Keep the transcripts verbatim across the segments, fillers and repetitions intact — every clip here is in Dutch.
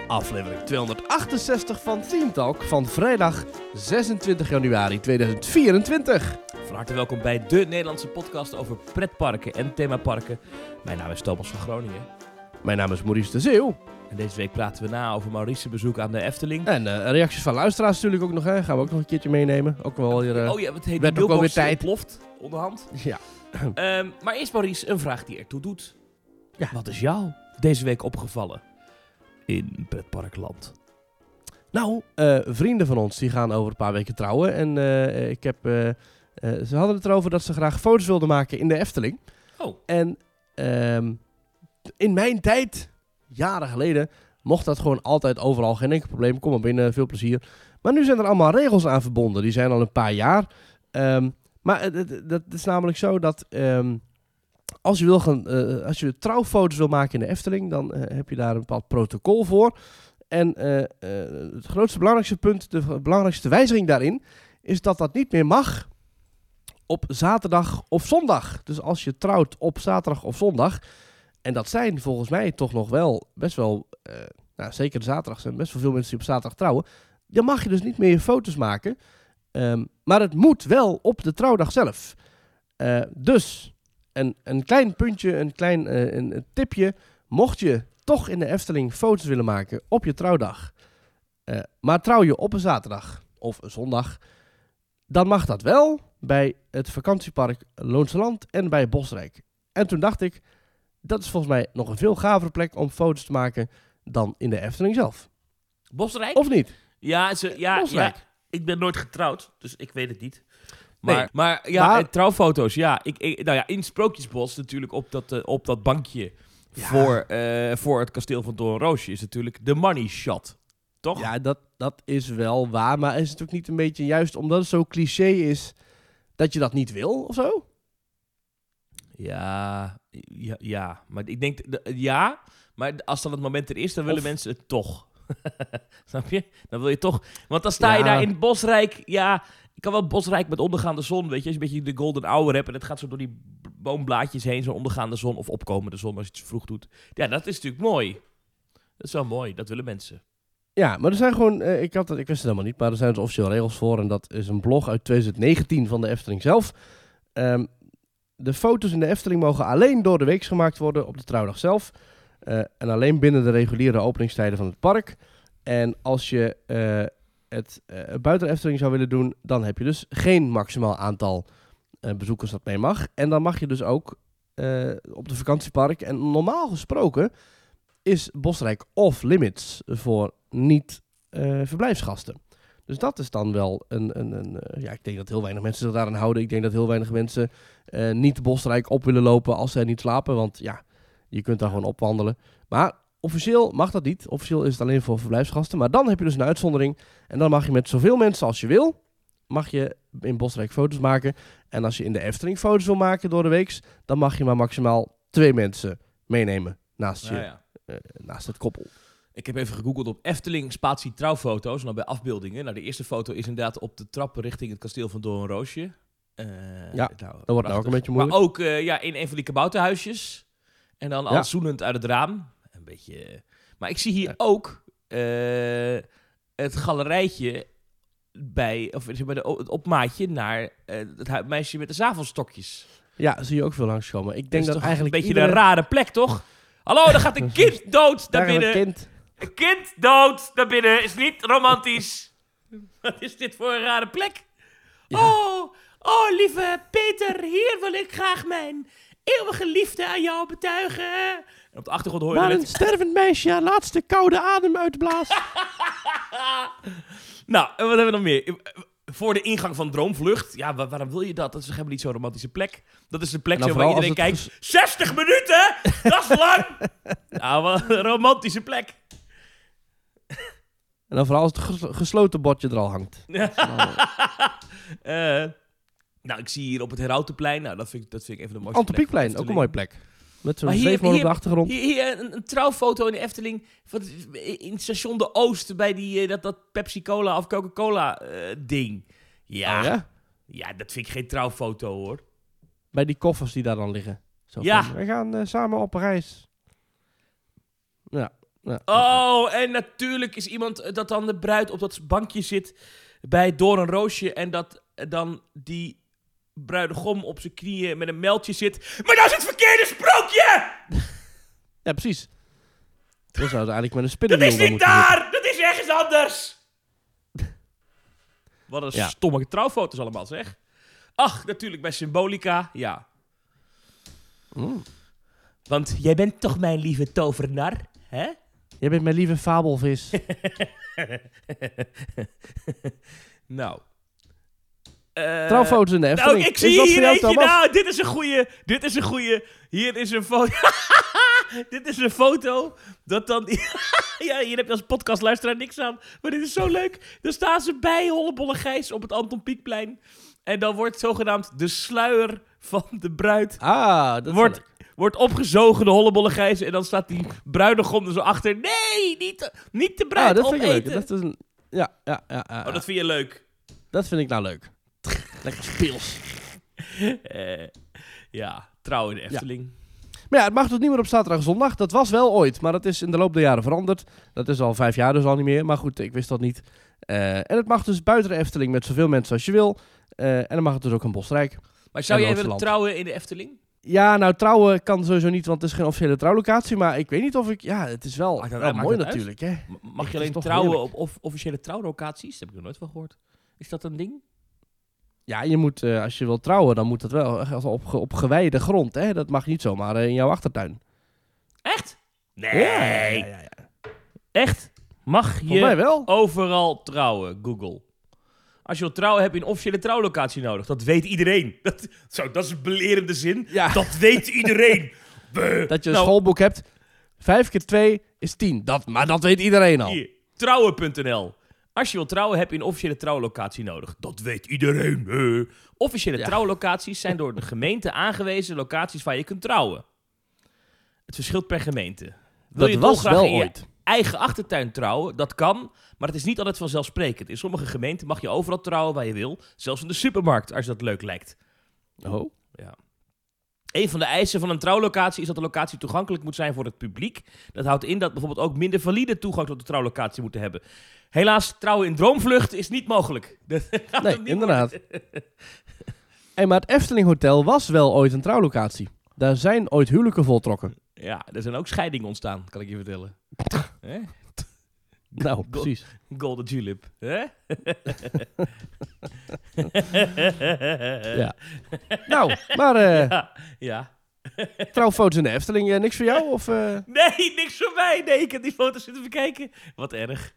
Aflevering tweehonderdachtenzestig van Team Talk van vrijdag zesentwintig januari tweeduizend vierentwintig. Van harte welkom bij de Nederlandse podcast over pretparken en themaparken. Mijn naam is Thomas van Groningen. Mijn naam is Maurice de Zeeuw. En deze week praten we na over Maurice's bezoek aan de Efteling. En uh, reacties van luisteraars natuurlijk ook nog, hè. Gaan we ook nog een keertje meenemen. Ook wel weer, uh, oh ja, het heet werd de ook wel weer mailbox tijd. Ontploft, onderhand. Ja. um, maar eerst Maurice, een vraag die ertoe doet. Ja. Wat is jou deze week opgevallen in pretparkland? Nou, uh, vrienden van ons die gaan over een paar weken trouwen. En uh, ik heb, uh, uh, ze hadden het erover dat ze graag foto's wilden maken in de Efteling. Oh. En um, in mijn tijd, jaren geleden, mocht dat gewoon altijd overal. Geen enkel probleem, kom maar binnen, veel plezier. Maar nu zijn er allemaal regels aan verbonden. Die zijn al een paar jaar. Um, maar uh, dat is namelijk zo dat um, als je wil gaan, uh, als je trouwfoto's wil maken in de Efteling, dan uh, heb je daar een bepaald protocol voor. En uh, uh, het grootste belangrijkste punt, de belangrijkste wijziging daarin, is dat dat niet meer mag op zaterdag of zondag. Dus als je trouwt op zaterdag of zondag, en dat zijn volgens mij toch nog wel best wel, uh, nou, zeker de zaterdag zijn best wel veel mensen die op zaterdag trouwen, dan mag je dus niet meer je foto's maken. Um, maar het moet wel op de trouwdag zelf. Uh, dus een, een klein puntje, een klein uh, een, een tipje, mocht je toch in de Efteling foto's willen maken op je trouwdag, uh, maar trouw je op een zaterdag of een zondag, dan mag dat wel bij het vakantiepark Loonse Land en bij Bosrijk. En toen dacht ik, dat is volgens mij nog een veel gavere plek om foto's te maken dan in de Efteling zelf. Bosrijk? Of niet? Ja, ze, ja, Bosrijk. ja, ik ben nooit getrouwd, dus ik weet het niet. Maar, Nee. maar ja, Maar- eh, trouwfoto's, ja. Ik, ik, nou ja, in Sprookjesbos natuurlijk op dat, uh, op dat bankje Ja. voor, uh, voor het kasteel van Doornroosje is natuurlijk de money shot. Toch? Ja, dat, dat is wel waar, maar is het ook niet een beetje juist omdat het zo cliché is dat je dat niet wil of zo? Ja, ja, ja. Maar ik denk, de- ja, maar als dan het moment er is, dan willen Of- mensen het toch. Snap je? Dan wil je toch, want dan sta je Ja. daar in Bosrijk, ja, ik kan wel Bosrijk met ondergaande zon, weet je, als je een beetje de golden hour hebt en het gaat zo door die b- boomblaadjes heen, zo'n ondergaande zon of opkomende zon als je het zo vroeg doet. Ja, dat is natuurlijk mooi. Dat is wel mooi, dat willen mensen. Ja, maar er zijn gewoon, uh, ik, had het, ik wist het helemaal niet, maar er zijn dus officieel regels voor en dat is een blog uit twintig negentien van de Efteling zelf. Um, de foto's in de Efteling mogen alleen door de week gemaakt worden op de trouwdag zelf uh, en alleen binnen de reguliere openingstijden van het park. En als je uh, het uh, buiten de Efteling zou willen doen, dan heb je dus geen maximaal aantal uh, bezoekers dat mee mag. En dan mag je dus ook uh, op de vakantiepark. En normaal gesproken is Bosrijk off-limits voor niet-verblijfsgasten. dus dat is dan wel een... een, een uh, ja, ik denk dat heel weinig mensen zich daaraan houden. Ik denk dat heel weinig mensen uh, niet Bosrijk op willen lopen als zij niet slapen. Want ja, je kunt daar gewoon opwandelen. Maar officieel mag dat niet. Officieel is het alleen voor verblijfsgasten. Maar dan heb je dus een uitzondering. En dan mag je met zoveel mensen als je wil, mag je in Bosrijk foto's maken. En als je in de Efteling foto's wil maken door de week, dan mag je maar maximaal twee mensen meenemen naast, je, Nou ja. uh, naast het koppel. Ik heb even gegoogeld op Efteling spatie trouwfoto's, nou bij afbeeldingen. Nou, de eerste foto is inderdaad op de trappen richting het kasteel van Doornroosje. Uh, Ja, nou, dat wordt nou ook een beetje Maar moeilijk. ook uh, ja, in een van die kabouterhuisjes. En dan al Ja. zoenend uit het raam. Een beetje... uh, Maar ik zie hier Ja. ook uh, het galerijtje bij, of zeg maar de, het opmaatje naar uh, het hu- meisje met de zavelstokjes. Ja, zie je ook veel langskomen. Ik Dat denk is dat, toch eigenlijk een beetje iedere... een rare plek, toch? Hallo, daar gaat een kind dood Daar naar gaat binnen. een kind. Een kind dood naar binnen is niet romantisch. Wat is dit voor een rare plek? Ja. Oh, oh, lieve Peter, hier wil ik graag mijn eeuwige liefde aan jou betuigen. En op de achtergrond hoor je Maar een het. stervend meisje haar laatste koude adem uitblaast. Nou, en wat hebben we nog meer? Voor de ingang van Droomvlucht. Ja, waar- waarom wil je dat? Dat is helemaal niet zo'n romantische plek. Dat is de plek En dan zo waar vooral iedereen als het kijkt. zestig minuten? Dat is lang! Nou, wat een romantische plek. En dan vooral als het ges- gesloten bordje er al hangt. Eh, nou, ik zie hier op het Herautenplein. Nou, dat vind ik, dat vind ik even de mooiste plek van Antropiekplein, ook een mooie plek. Met zo'n Maar hier- zeefmolen op de hier- achtergrond. Hier, hier een, een trouwfoto in de Efteling. Van, in het station de Oost. Bij die, eh, dat, dat Pepsi-Cola of Coca-Cola eh, ding. Ja, Oh, ja? ja? dat vind ik geen trouwfoto hoor. Bij die koffers die daar dan liggen. Zo Ja. van, we gaan uh, samen op reis. Ja. Ja. Oh, en natuurlijk is iemand dat dan de bruid op dat bankje zit bij Doornroosje en dat dan die bruidegom op zijn knieën met een meldje zit. Maar dat is het verkeerde sprookje! Ja, precies. Dan zou ze eigenlijk met een Dat spinnenwiel is niet moeten zitten. daar! Dat is ergens anders! Wat een Ja. stomme trouwfoto's allemaal, zeg. Ach, natuurlijk bij Symbolica, ja. Mm. Want jij bent toch mijn lieve tovernar, hè? Jij bent mijn lieve fabelvis. nou. Uh, Trouwfoto's in de Efteling. Nou, ik Is zie dat voor hier jou, eentje. Thomas? Nou, dit is een goeie. Dit is een goeie. Hier is een foto. Dit is een foto. Dat dan... ja, hier heb je als podcastluisteraar niks aan. Maar dit is zo leuk. Dan staan ze bij Hollebolle Gijs op het Anton Pieckplein. En dan wordt zogenaamd de sluier van de bruid... Ah, dat is wordt, leuk. wordt opgezogen, de Hollebolle Gijs. En dan staat die bruidegom er zo achter. Nee, niet de, niet de bruid Ah, dat vind ik opeten. leuk. Dat is een... Ja, ja, ja, ja. Oh, dat vind je leuk. Dat vind ik nou leuk. Lekker speels. Uh, ja, trouw in de Efteling. Maar ja, het mag dus niet meer op zaterdag en zondag. Dat was wel ooit, maar dat is in de loop der jaren veranderd. Dat is al vijf jaar dus al niet meer. Maar goed, ik wist dat niet. Uh, en het mag dus buiten de Efteling met zoveel mensen als je wil. Uh, en dan mag het dus ook in Bosrijk. Maar zou en jij willen Noord-Zeeland. trouwen in de Efteling? Ja, nou trouwen kan sowieso niet, want het is geen officiële trouwlocatie. Maar ik weet niet of ik... Ja, het is wel, Maakt dat- wel maakt mooi dat uit? natuurlijk, hè. M- Mag Het je is alleen toch trouwen heerlijk. op of- officiële trouwlocaties? Dat heb ik er nooit van gehoord. Is dat een ding? Ja, je moet, uh, als je wilt trouwen, dan moet dat wel echt op, ge- op gewijde grond, hè. Dat mag niet zomaar uh, in jouw achtertuin. Echt? Nee. Ja, ja, ja, ja. Echt? Mag Volgens mij je wel. overal trouwen? Google. Als je wilt trouwen, heb je een officiële trouwlocatie nodig. Dat weet iedereen. Dat, zo, dat is een belerende zin. Ja. Dat weet iedereen. Buh. Dat je een Nou, schoolboek hebt. Vijf keer twee is tien. Dat, maar dat weet iedereen al. Hier, trouwen punt n l. Als je wilt trouwen, heb je een officiële trouwlocatie nodig. Dat weet iedereen. Uh. Officiële Ja. trouwlocaties zijn door de gemeente aangewezen locaties waar je kunt trouwen. Het verschilt per gemeente. Wil Dat je was dolgraag wel in je ooit. eigen achtertuin trouwen? Dat kan, maar het is niet altijd vanzelfsprekend. In sommige gemeenten mag je overal trouwen waar je wil. Zelfs in de supermarkt, als je dat leuk lijkt. Oh. Ja. Een van de eisen van een trouwlocatie is dat de locatie toegankelijk moet zijn voor het publiek. Dat houdt in dat bijvoorbeeld ook minder valide toegang tot de trouwlocatie moeten hebben. Helaas, trouwen in Droomvlucht is niet mogelijk. Dat gaat Nee, hem niet inderdaad. worden. Hey, maar het Efteling Hotel was wel ooit een trouwlocatie. Daar zijn ooit huwelijken voltrokken. Ja, er zijn ook scheidingen ontstaan, kan ik je vertellen. Hè? Nou, precies. Golden Tulip. Hè? Ja. Nou, maar eh, ja. ja. trouwfoto's in de Efteling, eh, niks voor jou? Of, eh? Nee, niks voor mij. Nee, ik heb die foto's zitten bekijken. Wat erg.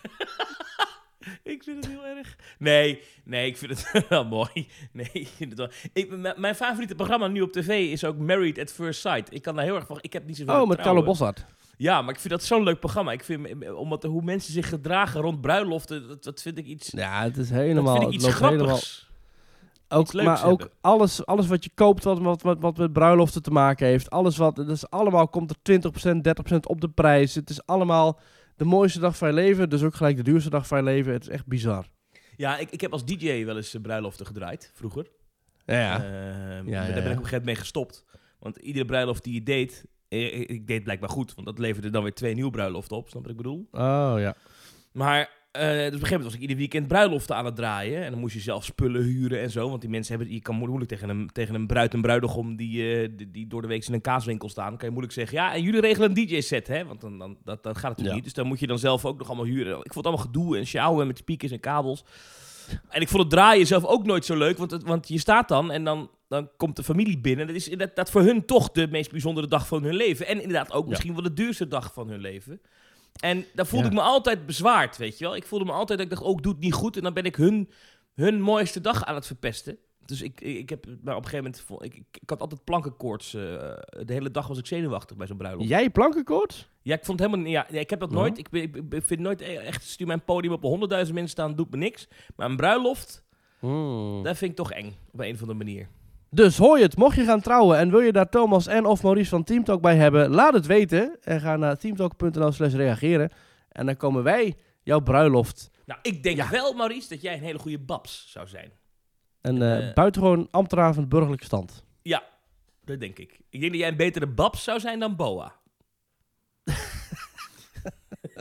Ik vind het heel erg. Nee, nee, ik vind het wel mooi. Nee, ik vind het wel... Ik, m- mijn favoriete programma nu op tv is ook Married at First Sight. Ik kan daar heel erg van... Ik heb niet zoveel Oh, met met Carlo trouwen. Boszhard. Ja, maar ik vind dat zo'n leuk programma. Ik vind, omdat hoe mensen zich gedragen rond bruiloften, dat, dat vind ik iets... Ja, het is dat helemaal... vind ik iets het loopt helemaal, grappigs. ook, iets leuks maar ook hebben. alles, alles wat je koopt wat, wat, wat, wat met bruiloften te maken heeft. Alles wat... Dat is allemaal komt er twintig procent, dertig procent op de prijs. Het is allemaal de mooiste dag van je leven. Dus ook gelijk de duurste dag van je leven. Het is echt bizar. Ja, ik, ik heb als D J wel eens eh, bruiloften gedraaid, vroeger. Ja. Ehm, Ja, maar ja, daar ben ik ja. op een gegeven moment mee gestopt. Want iedere bruiloft die je deed, eh, ik deed blijkbaar goed. Want dat leverde dan weer twee nieuwe bruiloften op, snap wat ik bedoel? Oh, ja. Maar eh, dus op een gegeven moment was ik ieder weekend bruiloften aan het draaien. En dan moest je zelf spullen huren en zo. Want die mensen hebben, je kan moeilijk tegen een, tegen een bruid en bruidegom die, eh, die, die door de week in een kaaswinkel staan. Dan kan je moeilijk zeggen, ja, en jullie regelen een D J-set, hè? Want dan, dan, dat, dat gaat natuurlijk Ja. niet. Dus dan moet je dan zelf ook nog allemaal huren. Ik vond het allemaal gedoe en sjouwen met speakers en kabels. En ik vond het draaien zelf ook nooit zo leuk. Want, het, want je staat dan en dan, dan komt de familie binnen. Dat is dat, dat voor hun toch de meest bijzondere dag van hun leven. En inderdaad ook Ja. misschien wel de duurste dag van hun leven. En daar voelde Ja. ik me altijd bezwaard, weet je wel. Ik voelde me altijd dat ik dacht, oh, ik doe het niet goed. En dan ben ik hun, hun mooiste dag aan het verpesten. Dus ik, ik, ik heb, maar op een gegeven moment, vo- ik, ik, ik had altijd plankenkoorts. eh, de hele dag was ik zenuwachtig bij zo'n bruiloft. Jij plankenkoord? Ja, ik vond het helemaal, ja, ja, ik heb dat Ja. nooit. Ik, ben- ik, ben- ik vind nooit e- echt, stuur mijn podium op honderdduizend mensen staan, doet me niks. Maar een bruiloft, Hmm. dat vind ik toch eng, op een of andere manier. Dus hoor je het, mocht je gaan trouwen en wil je daar Thomas en of Maurice van Teamtalk bij hebben, laat het weten. En ga naar teamtalk punt n l slash reageren. En dan komen wij jouw bruiloft Nou, ik denk Ja. wel, Maurice, dat jij een hele goede babs zou zijn. en eh Eh. buitengewoon ambtenaar van het burgerlijke stand. Ja, dat denk ik. Ik denk dat jij een betere babs zou zijn dan Boa.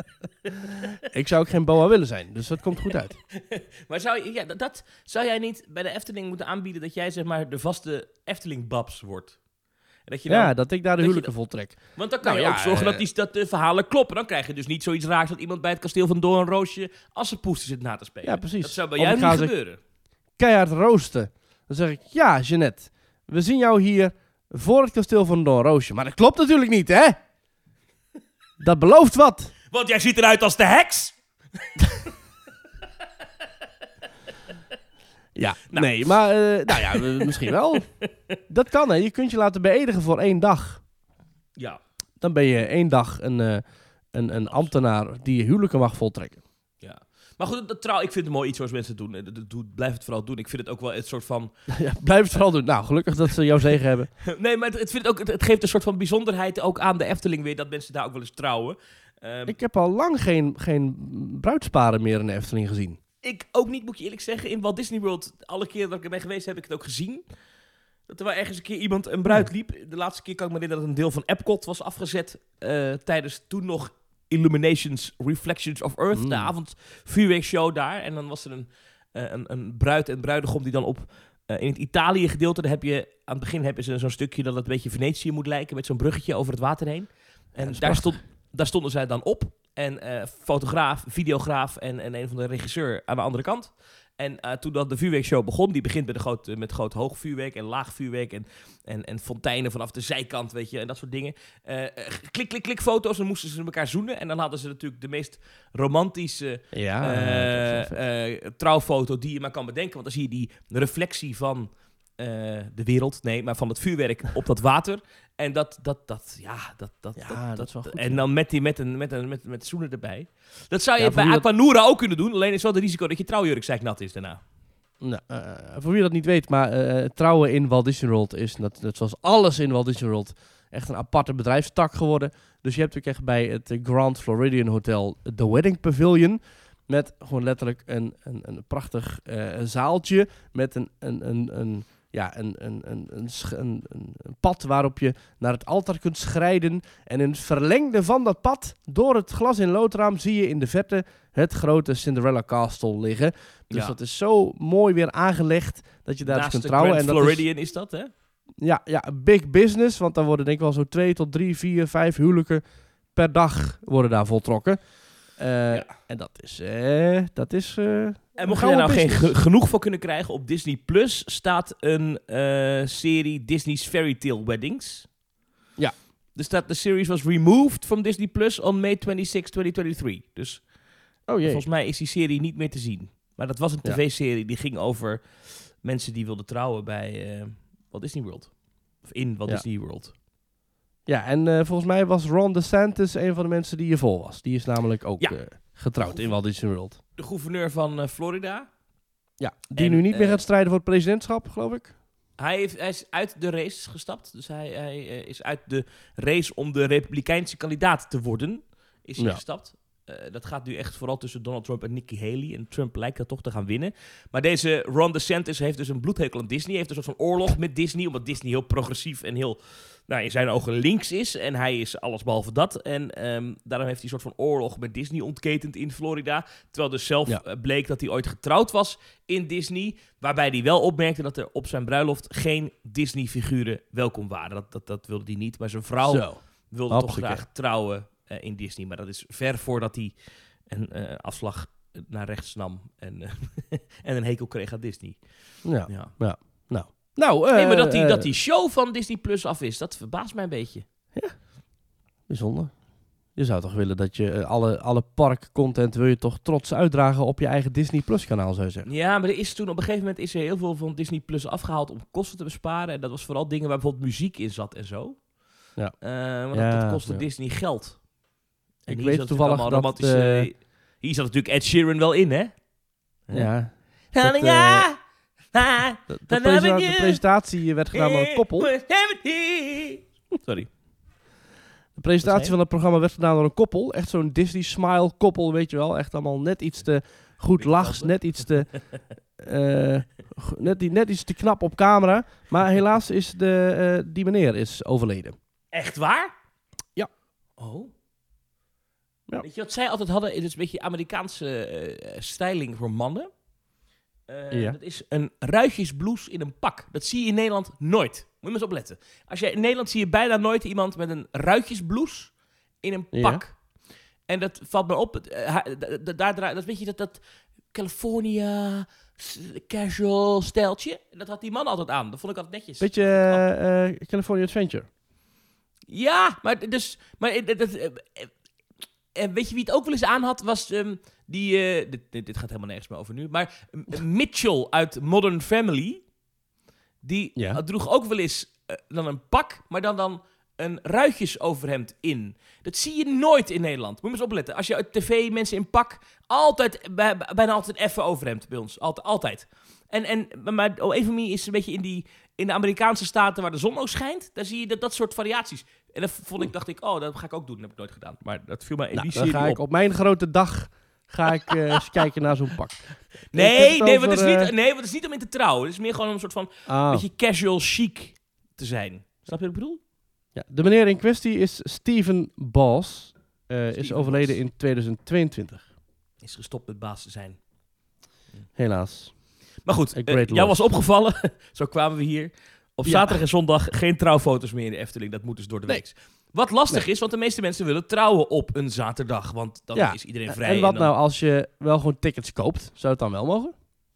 Ik zou ook geen boa willen zijn, dus dat komt goed uit. Maar zou, je, ja, dat, dat, zou jij niet bij de Efteling moeten aanbieden dat jij zeg maar de vaste Efteling-babs wordt? En dat je dan, Ja, dat ik daar de dat huwelijken je, voltrek. Want dan kan Nou je ja, ook zorgen uh, dat, die, dat de verhalen kloppen. Dan krijg je dus niet zoiets raars dat iemand bij het kasteel van Doornroosje Assepoester zit na te spelen. Ja, precies. Dat zou bij Of jou ik niet ga ze gebeuren. Keihard roosten. Dan zeg ik, ja, Jeannette, we zien jou hier voor het kasteel van Doornroosje. Maar dat klopt natuurlijk niet, hè? Dat belooft wat. Want jij ziet eruit als de heks. Ja, Nou. nee, maar uh, nou ja, uh, misschien wel. Dat kan, hè. Je kunt je laten beëdigen voor één dag. Ja. Dan ben je één dag een, uh, een, een ambtenaar die je huwelijken mag voltrekken. Ja. Maar goed, dat trouw, ik vind het mooi iets zoals mensen het doen. Dat, dat, blijf het vooral doen. Ik vind het ook wel een soort van... Ja, blijf het vooral doen. Nou, gelukkig dat ze jouw zegen hebben. Nee, maar het, het, vind ook, het, het geeft een soort van bijzonderheid ook aan de Efteling weer, dat mensen daar ook wel eens trouwen. Um, Ik heb al lang geen, geen bruidsparen meer in de Efteling gezien. Ik ook niet, moet je eerlijk zeggen. In Walt Disney World, alle keer dat ik er ben geweest, heb ik het ook gezien. Dat er wel ergens een keer iemand een bruid liep. De laatste keer kan ik me herinneren dat een deel van Epcot was afgezet uh, tijdens toen nog Illuminations Reflections of Earth, mm. de avondvuurwerkshow daar. En dan was er een, uh, een, een bruid en bruidegom die dan op... Uh, in het Italië gedeelte, daar heb je aan het begin heb je zo'n stukje dat het een beetje Venetië moet lijken, met zo'n bruggetje over het water heen. En ja, daar, stond, daar stonden zij dan op. En uh, fotograaf, videograaf en, en een van de regisseur aan de andere kant. En uh, toen dat de vuurwerkshow begon, die begint met, een groot, met groot hoog vuurwerk en laag vuurwerk en, en, en fonteinen vanaf de zijkant, weet je, en dat soort dingen. Uh, klik, klik, klik foto's, dan moesten ze elkaar zoenen. En dan hadden ze natuurlijk de meest romantische ja, uh, uh, trouwfoto die je maar kan bedenken. Want dan zie je die reflectie van uh, de wereld, nee, maar van het vuurwerk op dat water. En dat, dat, dat, ja, dat, dat, ja, dat, dat is wel goed. En ja. dan met, die, met, een, met, een, met, met zoenen erbij. Dat zou je ja, bij dat... Aquanura ook kunnen doen. Alleen is wel het risico dat je trouwjurk zeiknat is daarna. Nou, uh, voor wie dat niet weet, maar uh, trouwen in Walt Disney World is, net, net zoals alles in Walt Disney World, echt een aparte bedrijfstak geworden. Dus je hebt natuurlijk echt bij het Grand Floridian Hotel de Wedding Pavilion. Met gewoon letterlijk een, een, een prachtig uh, zaaltje met een, een, een, een, ja, een, een, een, een, een, een pad waarop je naar het altaar kunt schrijden. En in het verlengde van dat pad, door het glas in loodraam, zie je in de verte het grote Cinderella Castle liggen. Dus ja. dat is zo mooi weer aangelegd dat je daar Naast dus kunt de trouwen. Grand en dat Floridian is, is dat, hè? Ja, ja, big business, want dan worden denk ik wel zo twee tot drie, vier, vijf huwelijken per dag worden daar voltrokken. Uh, ja. En dat is... Uh, dat is uh, en mocht je er nou geen ge- genoeg van kunnen krijgen, op Disney Plus staat een uh, serie Disney's Fairy Tale Weddings. Ja. Dus dat de series was removed from Disney Plus on May twenty-sixth, twenty twenty-three. Dus oh jee. volgens mij is die serie niet meer te zien. Maar dat was een tv-serie die ging over mensen die wilden trouwen bij uh, Walt Disney World. Of in Walt ja. Disney World. Ja, en uh, volgens mij was Ron DeSantis een van de mensen die hiervoor was. Die is namelijk ook ja. uh, getrouwd in Walt Disney World. De gouverneur van uh, Florida. Ja, die en, nu niet uh, meer gaat strijden voor het presidentschap, geloof ik. Hij, heeft, hij is uit de race gestapt. Dus hij, hij uh, is uit de race om de republikeinse kandidaat te worden. Is hij ja. gestapt. Uh, dat gaat nu echt vooral tussen Donald Trump en Nikki Haley. En Trump lijkt dat toch te gaan winnen. Maar deze Ron DeSantis heeft dus een bloedhekel aan Disney. Heeft een soort van oorlog met Disney. Omdat Disney heel progressief en heel, nou, in zijn ogen links is. En hij is allesbehalve dat. En um, daarom heeft hij een soort van oorlog met Disney ontketend in Florida. Terwijl dus zelf ja. uh, bleek dat hij ooit getrouwd was in Disney. Waarbij hij wel opmerkte dat er op zijn bruiloft geen Disney-figuren welkom waren. Dat, dat, dat wilde hij niet. Maar zijn vrouw Zo. wilde Hopseke. toch graag trouwen uh, in Disney. Maar dat is ver voordat hij een uh, afslag naar rechts nam. En, uh, en een hekel kreeg aan Disney. Ja, ja. ja. nou... Nou, uh, nee, maar dat die, uh, dat die show van Disney Plus af is, dat verbaast mij een beetje. Ja, bijzonder. Je zou toch willen dat je uh, alle, alle parkcontent wil je toch trots uitdragen op je eigen Disney Plus kanaal, zou je zeggen. Ja, maar er is toen op een gegeven moment is er heel veel van Disney Plus afgehaald om kosten te besparen. En dat was vooral dingen waar bijvoorbeeld muziek in zat en zo. Ja. Uh, want ja, dat, dat kostte ja. Disney geld. En ik weet toevallig dat... romantische, uh, hier zat natuurlijk Ed Sheeran wel in, hè? Ja. Dat, dat, uh, De, de, presenta- de presentatie werd gedaan door een koppel. Sorry. De presentatie van het programma werd gedaan door een koppel. Echt zo'n Disney Smile koppel, weet je wel. Echt allemaal net iets te goed lachs, net iets te, uh, net, net iets te knap op camera. Maar helaas is de, uh, die meneer is overleden. Echt waar? Ja. Oh. Ja. Weet je wat zij altijd hadden? Het is een beetje Amerikaanse uh, styling voor mannen. Uh, Ja. Dat is een ruitjesblouse in een pak. Dat zie je in Nederland nooit. Moet je maar eens opletten. Als je, in Nederland zie je bijna nooit iemand met een ruitjesblouse in een Ja. pak. En dat valt me op. Uh, daar draait, dat weet je, dat, dat California s- casual stijltje. Dat had die man altijd aan. Dat vond ik altijd netjes. Beetje eh, eh, California Adventure. Ja, maar dus... Maar, eh, dat, eh, eh, weet je wie het ook wel eens aan had? Was um, die... eh, dit, dit, dit gaat helemaal nergens meer over nu. Maar um, Mitchell uit Modern Family... Die Ja. droeg ook wel eens uh, dan een pak... Maar dan, dan een ruitjesoverhemd in. Dat zie je nooit in Nederland. Moet je maar eens opletten. Als je uit tv mensen in pak... Altijd, bij, bijna altijd een effen overhemd bij ons. Altijd. altijd. En, en, maar op een of andere is een beetje in, die, in de Amerikaanse staten waar de zon ook schijnt... Daar zie je dat, dat soort variaties. En dat vond ik, dacht ik, oh, dat ga ik ook doen. Dat heb ik nooit gedaan. Maar dat viel mij in Nou, die dan serie ga ik op. op mijn grote dag ga ik eh, eens kijken naar zo'n pak. Ik heb Nee, het nee, over, want het is eh, niet, nee, want het is niet om in te trouwen. Het is meer gewoon om een soort van ah. beetje casual chic te zijn. Snap je wat ik bedoel? Ja, de meneer in kwestie is Steven Boss. Uh, is Steven overleden Boss. in tweeduizend tweeëntwintig. Is gestopt met baas te zijn. Helaas. Maar goed, A uh, great jou loss. was opgevallen. Zo kwamen we hier. Op Ja. zaterdag en zondag geen trouwfoto's meer in de Efteling. Dat moet dus door de Nee. week. Wat lastig Nee. is, want de meeste mensen willen trouwen op een zaterdag. Want dan Ja. is iedereen vrij. En wat dan... nou als je wel gewoon tickets koopt? Zou het dan wel mogen?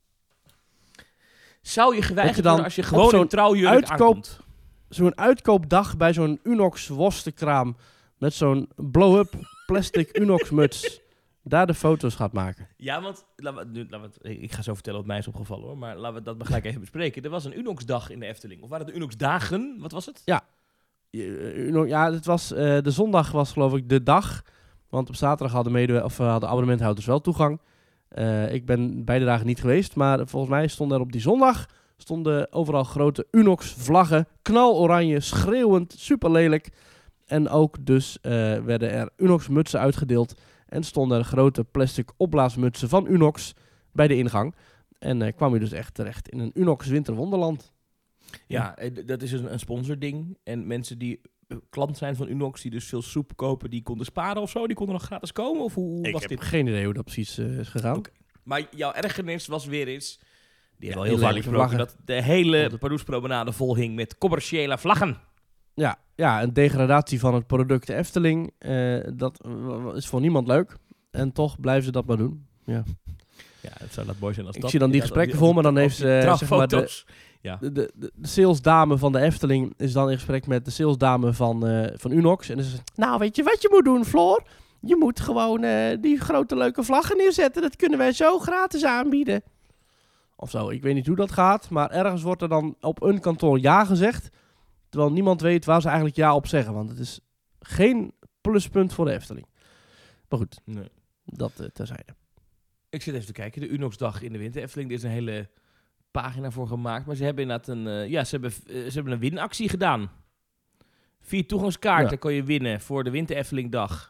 Zou je geweigerd Dat je dan worden als je op gewoon zo'n in trouwjurk uitkoop- aankomt? Zo'n uitkoopdag bij zo'n Unox worstenkraam met zo'n blow-up plastic Unox muts. Daar de foto's gaat maken. Ja, want laten we, nu, laten we het- ik ga zo vertellen wat mij is opgevallen hoor. Maar laten we dat maar gelijk even bespreken. Er was een Unox-dag in de Efteling. Of waren het de Unox-dagen? Wat was het? Je- Uno- Ja, het was, eh, de zondag was geloof ik de dag. Want op zaterdag hadden, mede, of, eh, hadden abonnementhouders wel toegang. Eh, ik ben beide dagen niet geweest. Maar volgens mij stonden er op die zondag stonden overal grote Unox-vlaggen. Knaloranje, schreeuwend, super lelijk. En ook dus eh, werden er Unox-mutsen uitgedeeld. En stonden er grote plastic opblaasmutsen van Unox bij de ingang. En eh, kwam je dus echt terecht in een Unox winterwonderland. Ja, eh, d- dat is een, een sponsording. En mensen die eh, klant zijn van Unox, die dus veel soep kopen, die konden sparen of zo, die konden nog gratis komen? Of hoe hoe Ik was heb dit? geen idee hoe dat precies eh, is gegaan. Oké. Maar jouw ergernis was weer eens, die hebben Ja, we al heel die vaak lelijke besproken, vlaggen. dat de hele Op de- Pardoespromenade vol hing met commerciële vlaggen. Ja, ja, een degradatie van het product Efteling. eh, dat w- w- is voor niemand leuk. En toch blijven ze dat maar doen. Ja. Ja, het zou dat mooi zijn als Ik dat... zie dan die ja, gesprekken als voor me, dan als heeft die ze, zeg maar, de- trouwfoto's. Ja. De, de, de de salesdame van de Efteling is dan in gesprek met de salesdame van, eh, van Unox. En dan zegt ze, nou weet je wat je moet doen, Floor? Je moet gewoon eh, die grote leuke vlaggen neerzetten. Dat kunnen wij zo gratis aanbieden. Of zo, ik weet niet hoe dat gaat. Maar ergens wordt er dan op een kantoor ja gezegd. Terwijl niemand weet waar ze eigenlijk ja op zeggen. Want het is geen pluspunt voor de Efteling. Maar goed, Nee. dat uh, terzijde. Ik zit even te kijken, de Unox-dag in de Winter Efteling. Er is een hele pagina voor gemaakt. Maar ze hebben inderdaad een, uh, ja, ze hebben, uh, ze hebben een winactie gedaan. Vier toegangskaarten Ja. kon je winnen voor de Winter Efteling dag.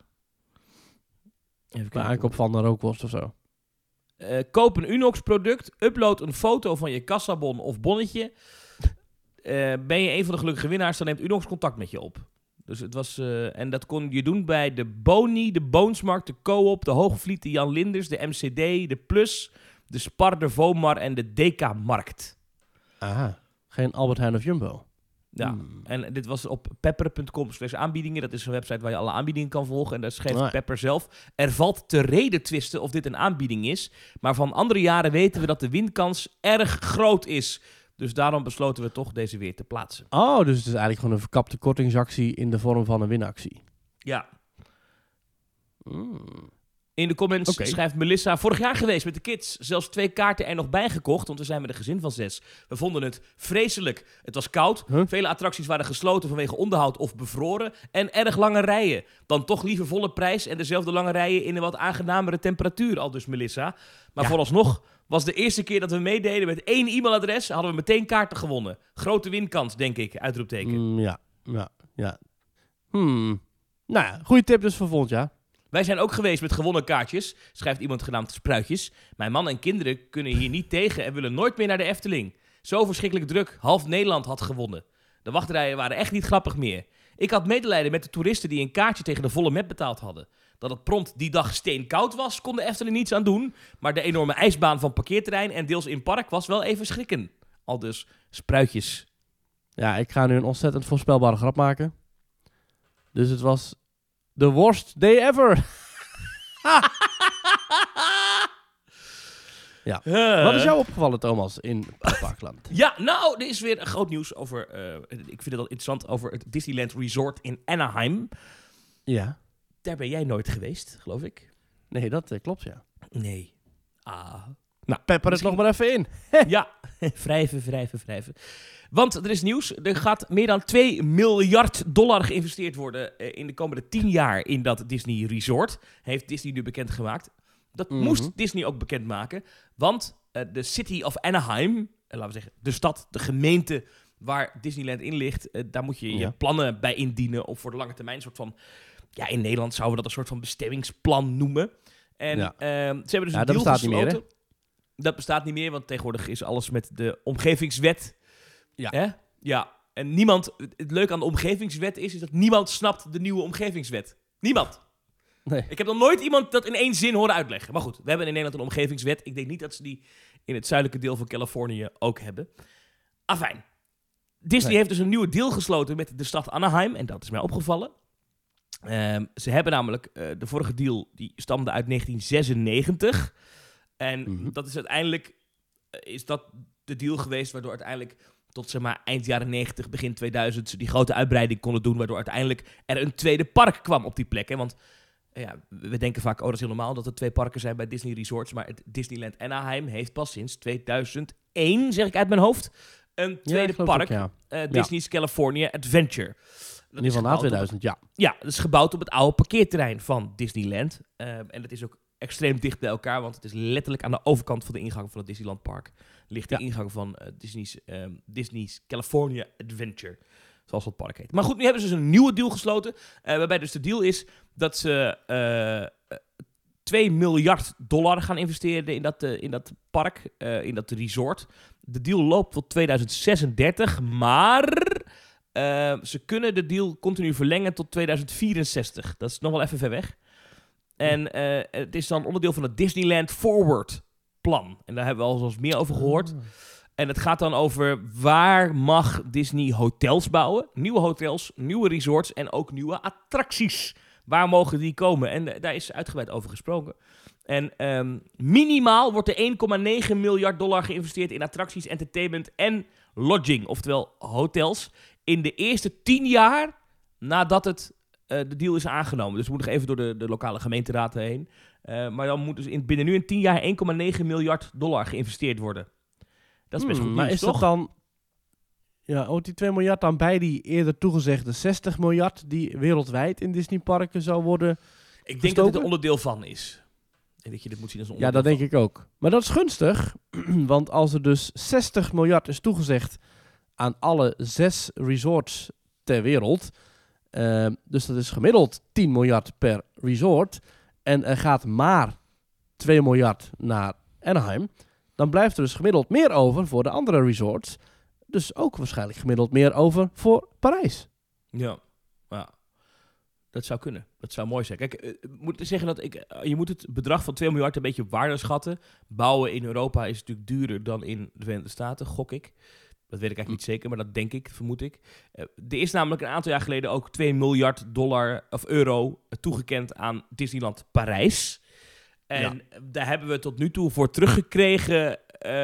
Even De kijken. aankoop van een rookworst of zo. Uh, koop een Unox-product, upload een foto van je kassabon of bonnetje. Uh, ben je een van de gelukkige winnaars, dan neemt Unox contact met je op. Dus het was, uh, en dat kon je doen bij de Boni, de Boonsmarkt, de Coop, de Hoogvliet, de Jan Linders, de M C D, de Plus, de Spar, de Vomar en de D K-markt. Aha. Geen Albert Heijn of Jumbo. Ja, Hmm. en dit was op pepper punt com slash aanbiedingen. Dat is een website waar je alle aanbiedingen kan volgen. En daar schreef Ah, ja. Pepper zelf. Er valt te reden twisten of dit een aanbieding is. Maar van andere jaren weten we dat de winkans erg groot is. Dus daarom besloten we toch deze weer te plaatsen. Oh, dus het is eigenlijk gewoon een verkapte kortingsactie in de vorm van een winactie. Ja. Mm. In de comments Oké. schrijft Melissa... Vorig jaar geweest met de kids. Zelfs twee kaarten er nog bij gekocht. Want we zijn met een gezin van zes. We vonden het vreselijk. Het was koud. Huh? Vele attracties waren gesloten vanwege onderhoud of bevroren. En erg lange rijen. Dan toch liever volle prijs en dezelfde lange rijen in een wat aangenamere temperatuur. Al dus Melissa. Maar Ja. vooralsnog was de eerste keer dat we meededen met één e-mailadres. Hadden we meteen kaarten gewonnen. Grote winkans, denk ik. Uitroepteken. Mm, ja, ja, ja. Hmm. Nou ja, goede tip dus voor volgend jaar. Wij zijn ook geweest met gewonnen kaartjes, schrijft iemand genaamd Spruitjes. Mijn man en kinderen kunnen hier niet tegen en willen nooit meer naar de Efteling. Zo verschrikkelijk druk, half Nederland had gewonnen. De wachtrijen waren echt niet grappig meer. Ik had medelijden met de toeristen die een kaartje tegen de volle map betaald hadden. Dat het prompt die dag steenkoud was, kon de Efteling niets aan doen. Maar de enorme ijsbaan van parkeerterrein en deels in park was wel even schrikken. Al dus spruitjes. Ja, ik ga nu een ontzettend voorspelbare grap maken. Dus het was the worst day ever. Ja. Uh. Wat is jou opgevallen, Thomas, in Parkland? Ja, nou, er is weer groot nieuws over... Uh, ik vind het al interessant over het Disneyland Resort in Anaheim. Ja. Daar ben jij nooit geweest, geloof ik. Nee, dat uh, klopt, ja. Nee. Ah. Nou, pepper het nog maar even in. Ja, wrijven, wrijven, wrijven. Want er is nieuws. Er gaat meer dan twee miljard dollar geïnvesteerd worden uh, in de komende tien jaar in dat Disney Resort. Heeft Disney nu bekendgemaakt. Dat mm-hmm. moest Disney ook bekendmaken. Want uh, de City of Anaheim, uh, laten we zeggen de stad, de gemeente waar Disneyland in ligt, uh, daar moet je ja. je plannen bij indienen. Of voor de lange termijn een soort van... Ja, in Nederland zouden we dat een soort van bestemmingsplan noemen. En ja. uh, ze hebben dus ja, een dat deal bestaat gesloten. niet meer, hè? Dat bestaat niet meer, want tegenwoordig is alles met de omgevingswet. Ja. Hè? Ja. En niemand... Het leuke aan de omgevingswet is, is dat niemand snapt de nieuwe omgevingswet. Niemand. Nee. Ik heb nog nooit iemand dat in één zin horen uitleggen. Maar goed, we hebben in Nederland een omgevingswet. Ik denk niet dat ze die in het zuidelijke deel van Californië ook hebben. Afijn. Disney nee. heeft dus een nieuwe deal gesloten met de stad Anaheim. En dat is mij opgevallen. Um, ze hebben namelijk... Uh, de vorige deal die stamde uit negentien zesennegentig. En mm-hmm. dat is uiteindelijk... Uh, is dat de deal geweest waardoor uiteindelijk... tot zeg maar eind jaren negentig, begin tweeduizend... ze die grote uitbreiding konden doen... waardoor uiteindelijk er een tweede park kwam op die plek. Hè? Want ja, we denken vaak... oh, dat is heel normaal dat er twee parken zijn bij Disney Resorts... maar het Disneyland Anaheim heeft pas sinds tweeduizend één... zeg ik uit mijn hoofd... een tweede ja, park. Het, ja. uh, Disney's ja. California Adventure. Dat in ieder geval na tweeduizend, ja. Ja, dat is gebouwd op het oude parkeerterrein van Disneyland. Uh, en dat is ook extreem dicht bij elkaar... want het is letterlijk aan de overkant van de ingang van het Disneyland Park... ligt de ja. ingang van uh, Disney's, um, Disney's California Adventure... zoals dat park heet. Maar goed, nu hebben ze dus een nieuwe deal gesloten... Uh, waarbij dus de deal is dat ze uh, twee miljard dollar gaan investeren in dat, uh, in dat park, uh, in dat resort. De deal loopt tot tweeduizend zesendertig, maar... Uh, ze kunnen de deal continu verlengen tot tweeduizend vierenzestig. Dat is nog wel even ver weg. En uh, het is dan onderdeel van het Disneyland Forward plan. En daar hebben we al eens meer over gehoord. Oh. En het gaat dan over waar mag Disney hotels bouwen. Nieuwe hotels, nieuwe resorts en ook nieuwe attracties. Waar mogen die komen? En uh, daar is uitgebreid over gesproken. En um, minimaal wordt er één komma negen miljard dollar geïnvesteerd in attracties, entertainment en lodging. Oftewel hotels. In de eerste tien jaar nadat het, uh, de deal is aangenomen. Dus we moeten nog even door de, de lokale gemeenteraad heen. Uh, maar dan moet dus in, binnen nu in tien jaar één komma negen miljard dollar geïnvesteerd worden. Dat is best hmm, goed maar nieuws, is toch? dat dan... Ja, hoort die twee miljard dan bij die eerder toegezegde zestig miljard... die wereldwijd in Disneyparken zou worden Ik denk gestoken? dat het een onderdeel van is. En dat je dit moet zien als een Ja, onderdeel dat denk ik ook. Maar dat is gunstig, want als er dus zestig miljard is toegezegd... aan alle zes resorts ter wereld. Uh, dus dat is gemiddeld tien miljard per resort. En er gaat maar twee miljard naar Anaheim. Dan blijft er dus gemiddeld meer over voor de andere resorts. Dus ook waarschijnlijk gemiddeld meer over voor Parijs. Ja, ja. Dat zou kunnen. Dat zou mooi zijn. Kijk, uh, moet ik zeggen dat ik, uh, je moet het bedrag van twee miljard een beetje op waarde schatten. Bouwen in Europa is natuurlijk duurder dan in de Verenigde Staten, gok ik. Dat weet ik eigenlijk niet zeker, maar dat denk ik, vermoed ik. Uh, er is namelijk een aantal jaar geleden ook twee miljard dollar of euro uh, toegekend aan Disneyland Parijs. En ja. daar hebben we tot nu toe voor teruggekregen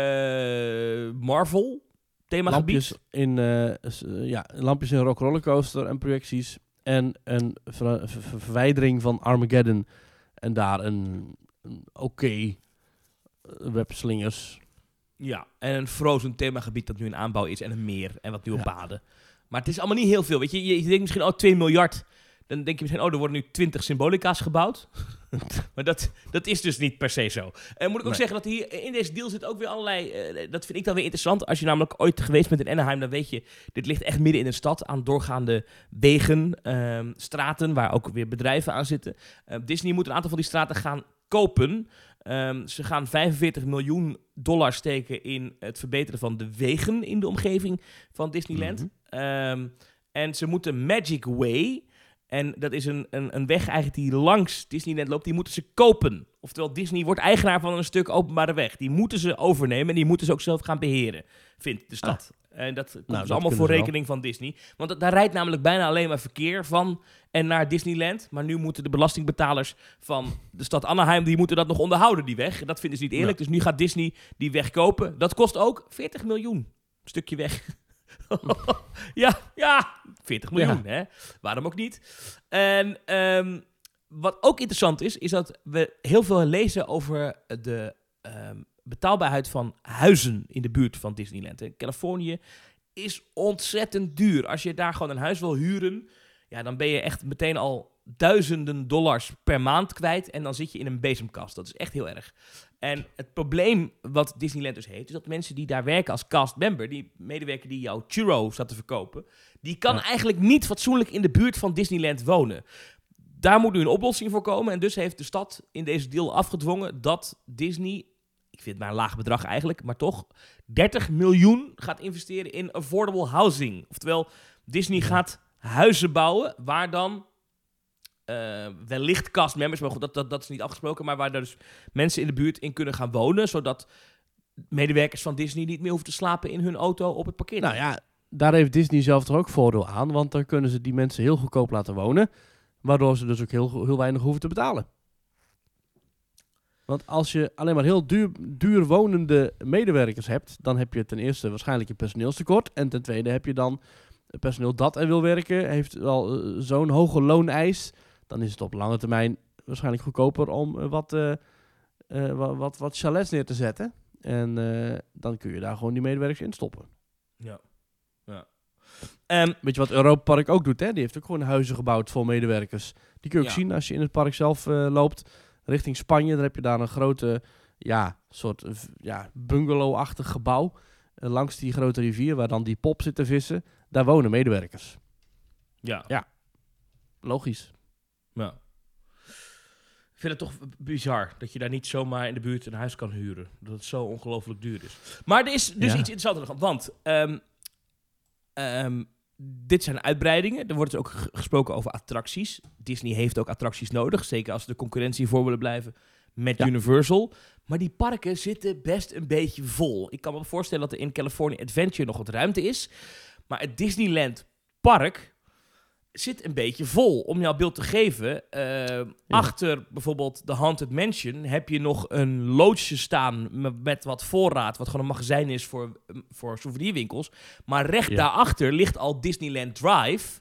uh, Marvel themagebied. Lampjes in, uh, ja, lampjes in Rock Rollercoaster en projecties. En een ver- ver- verwijdering van Armageddon. En daar een, een oké okay webslingers. Ja, en een Frozen themagebied dat nu in aanbouw is. En een meer en wat nieuwe ja. paden. Maar het is allemaal niet heel veel. Weet je, je, je denkt misschien, oh, twee miljard. Dan denk je misschien, oh, er worden nu twintig symbolica's gebouwd. Maar dat, dat is dus niet per se zo. En moet ik ook nee. zeggen dat hier in deze deal zit ook weer allerlei... Uh, dat vind ik dan weer interessant. Als je namelijk ooit geweest bent in Anaheim, dan weet je... Dit ligt echt midden in een stad aan doorgaande wegen, uh, straten... waar ook weer bedrijven aan zitten. Uh, Disney moet een aantal van die straten gaan kopen. Um, ze gaan vijfenveertig miljoen dollar steken in het verbeteren van de wegen... in de omgeving van Disneyland. Mm-hmm. Um, en ze moeten Magic Way... En dat is een, een, een weg eigenlijk die langs Disneyland loopt. Die moeten ze kopen. Oftewel, Disney wordt eigenaar van een stuk openbare weg. Die moeten ze overnemen en die moeten ze ook zelf gaan beheren, vindt de stad. Ah. En dat komt nou, dus allemaal voor rekening van Disney. Want dat, daar rijdt namelijk bijna alleen maar verkeer van en naar Disneyland. Maar nu moeten de belastingbetalers van de stad Anaheim, die moeten dat nog onderhouden, die weg. Dat vinden ze niet eerlijk. Ja. Dus nu gaat Disney die weg kopen. Dat kost ook veertig miljoen. Een stukje weg. ja, ja, veertig miljoen, ja. Hè? Waarom ook niet? En um, wat ook interessant is, is dat we heel veel lezen over de um, betaalbaarheid van huizen in de buurt van Disneyland. In Californië is ontzettend duur. Als je daar gewoon een huis wil huren, ja, dan ben je echt meteen al duizenden dollars per maand kwijt en dan zit je in een bezemkast. Dat is echt heel erg. En het probleem wat Disneyland dus heeft, is dat mensen die daar werken als castmember, die medewerker die jouw churro staat te verkopen, die kan ja. eigenlijk niet fatsoenlijk in de buurt van Disneyland wonen. Daar moet nu een oplossing voor komen en dus heeft de stad in deze deal afgedwongen dat Disney, ik vind het maar een laag bedrag eigenlijk, maar toch dertig miljoen gaat investeren in affordable housing. Oftewel, Disney ja. gaat huizen bouwen waar dan Uh, wellicht castmembers, maar goed, dat, dat, dat is niet afgesproken, maar waar dus mensen in de buurt in kunnen gaan wonen, zodat medewerkers van Disney niet meer hoeven te slapen in hun auto op het parkeerterrein. Nou ja, daar heeft Disney zelf toch ook voordeel aan, want dan kunnen ze die mensen heel goedkoop laten wonen, waardoor ze dus ook heel, heel weinig hoeven te betalen. Want als je alleen maar heel duur, duur wonende medewerkers hebt, dan heb je ten eerste waarschijnlijk een personeelstekort en ten tweede heb je dan personeel dat er wil werken, heeft wel uh, zo'n hoge looneis. Dan is het op lange termijn waarschijnlijk goedkoper om uh, wat, uh, uh, wat, wat, wat chalets neer te zetten. En uh, dan kun je daar gewoon die medewerkers in stoppen. Ja. ja. Um, Weet je wat Europa Park ook doet? Hè? Die heeft ook gewoon huizen gebouwd voor medewerkers. Die kun je ook ja. zien als je in het park zelf uh, loopt. Richting Spanje, dan heb je daar een grote, ja, soort ja, bungalow-achtig gebouw. Uh, langs die grote rivier waar dan die pop zit te vissen. Daar wonen medewerkers. Ja. Ja. Logisch. Ja. Ik vind het toch bizar dat je daar niet zomaar in de buurt een huis kan huren. Dat het zo ongelooflijk duur is. Maar er is dus ja. iets interessanter nog. Want um, um, dit zijn uitbreidingen. Er wordt dus ook g- gesproken over attracties. Disney heeft ook attracties nodig. Zeker als ze de concurrentie voor willen blijven met ja. Universal. Maar die parken zitten best een beetje vol. Ik kan me voorstellen dat er in California Adventure nog wat ruimte is. Maar het Disneyland Park zit een beetje vol. Om jouw beeld te geven, uh, ja. achter bijvoorbeeld de Haunted Mansion heb je nog een loodsje staan met, met wat voorraad, wat gewoon een magazijn is voor, voor souvenirwinkels. Maar recht ja. daarachter ligt al Disneyland Drive.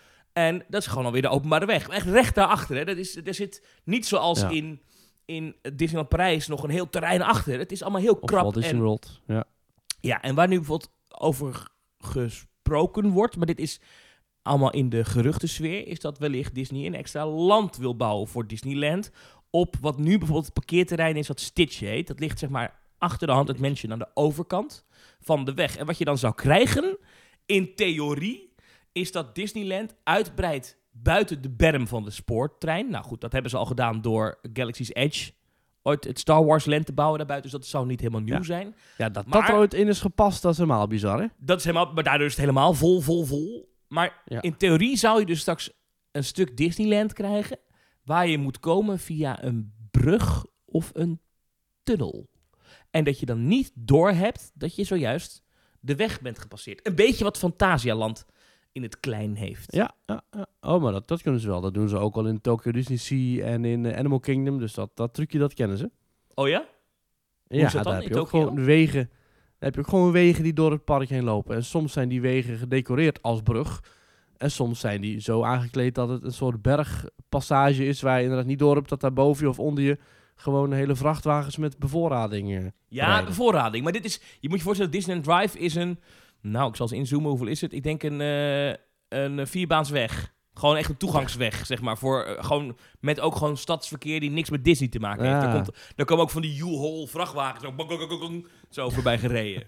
En dat is gewoon alweer de openbare weg. Echt recht daarachter. Hè. Dat is, er zit niet zoals ja. in, in Disneyland Parijs nog een heel terrein achter. Het is allemaal heel krap. Of Walt Disney World. Ja. ja, en waar nu bijvoorbeeld over gesproken wordt, maar dit is allemaal in de geruchtensfeer, is dat wellicht Disney een extra land wil bouwen voor Disneyland op wat nu bijvoorbeeld het parkeerterrein is wat Stitch heet. Dat ligt zeg maar achter de Haunted Mansion aan de overkant van de weg. En wat je dan zou krijgen, in theorie, is dat Disneyland uitbreidt buiten de berm van de spoortrein. Nou goed, dat hebben ze al gedaan door Galaxy's Edge ooit het Star Wars land te bouwen daarbuiten, dus dat zou niet helemaal nieuw ja. zijn. Ja, dat maar, dat er ooit in is gepast, dat is helemaal bizar, hè? Dat is helemaal, maar daardoor is het helemaal vol, vol, vol. Maar ja. in theorie zou je dus straks een stuk Disneyland krijgen waar je moet komen via een brug of een tunnel. En dat je dan niet doorhebt dat je zojuist de weg bent gepasseerd. Een beetje wat Phantasialand in het klein heeft. Ja, ja, ja. Oh, maar dat, dat kunnen ze wel. Dat doen ze ook al in Tokyo Disney Sea en in uh, Animal Kingdom. Dus dat, dat trucje, dat kennen ze. Oh ja? Hoe ja, is dat dan? daar heb in je ook Tokyo? gewoon wegen. Dan heb je ook gewoon wegen die door het park heen lopen. En soms zijn die wegen gedecoreerd als brug. En soms zijn die zo aangekleed dat het een soort bergpassage is waar je inderdaad niet door hebt dat daar boven je of onder je gewoon hele vrachtwagens met bevoorrading uh, Ja, rijden. bevoorrading. Maar dit is, je moet je voorstellen, Disneyland Drive is een, nou, ik zal eens inzoomen, hoeveel is het? Ik denk een, uh, een vierbaansweg. Gewoon echt een toegangsweg, zeg maar. Voor, uh, gewoon, met ook gewoon stadsverkeer die niks met Disney te maken heeft. Ja. Daar, komt, daar komen ook van die U-Haul vrachtwagens zo, bong, bong, bong, bong, zo voorbij gereden.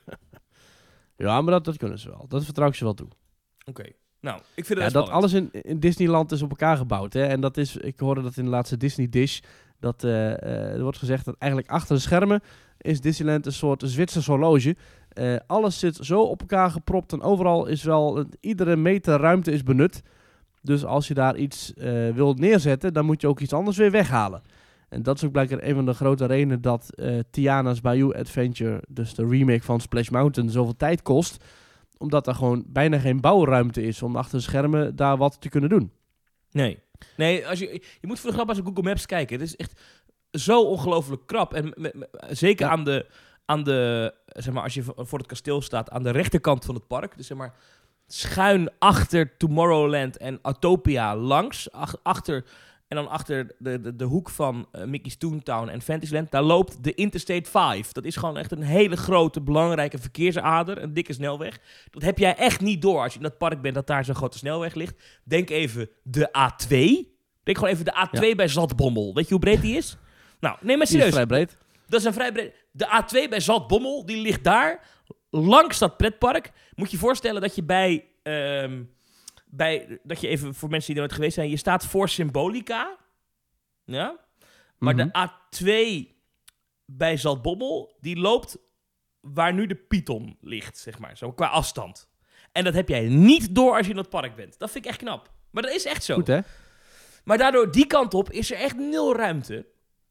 Ja, maar dat, dat kunnen ze wel. Dat vertrouw ik ze wel toe. Oké. Okay. Nou, ik vind het ja, dat alles in, in Disneyland is op elkaar gebouwd. Hè? En dat is, ik hoorde dat in de laatste Disney Dish. Dat uh, uh, er wordt gezegd dat eigenlijk achter de schermen is Disneyland een soort Zwitsers horloge. Uh, alles zit zo op elkaar gepropt en overal is wel, uh, iedere meter ruimte is benut. Dus als je daar iets uh, wilt neerzetten, dan moet je ook iets anders weer weghalen. En dat is ook blijkbaar een van de grote redenen dat uh, Tiana's Bayou Adventure, dus de remake van Splash Mountain, zoveel tijd kost. Omdat er gewoon bijna geen bouwruimte is om achter de schermen daar wat te kunnen doen. Nee, nee als je, je moet voor de grap eens op Google Maps kijken. Het is echt zo ongelooflijk krap. En me, me, zeker ja. aan de, aan de, zeg maar, als je voor het kasteel staat, aan de rechterkant van het park. Dus zeg maar, schuin achter Tomorrowland en Autopia langs, ach, achter... En dan achter de, de, de hoek van uh, Mickey's Toontown en Fantasyland, daar loopt de Interstate vijf. Dat is gewoon echt een hele grote, belangrijke verkeersader, een dikke snelweg. Dat heb jij echt niet door als je in dat park bent, dat daar zo'n grote snelweg ligt. Denk even de A twee. Denk gewoon even de A twee ja. bij Zaltbommel. Weet je hoe breed die is? Nou, neem maar serieus. Die is vrij breed. Dat is een vrij breed. De A twee bij Zaltbommel, die ligt daar, langs dat pretpark. Moet je je voorstellen dat je bij... Um, Bij, dat je even, voor mensen die er nooit geweest zijn, je staat voor Symbolica. Ja? Maar mm-hmm. de A twee bij Zaltbommel, die loopt waar nu de Python ligt, zeg maar. Zo qua afstand. En dat heb jij niet door als je in dat park bent. Dat vind ik echt knap. Maar dat is echt zo. Goed, hè? Maar daardoor, die kant op, is er echt nul ruimte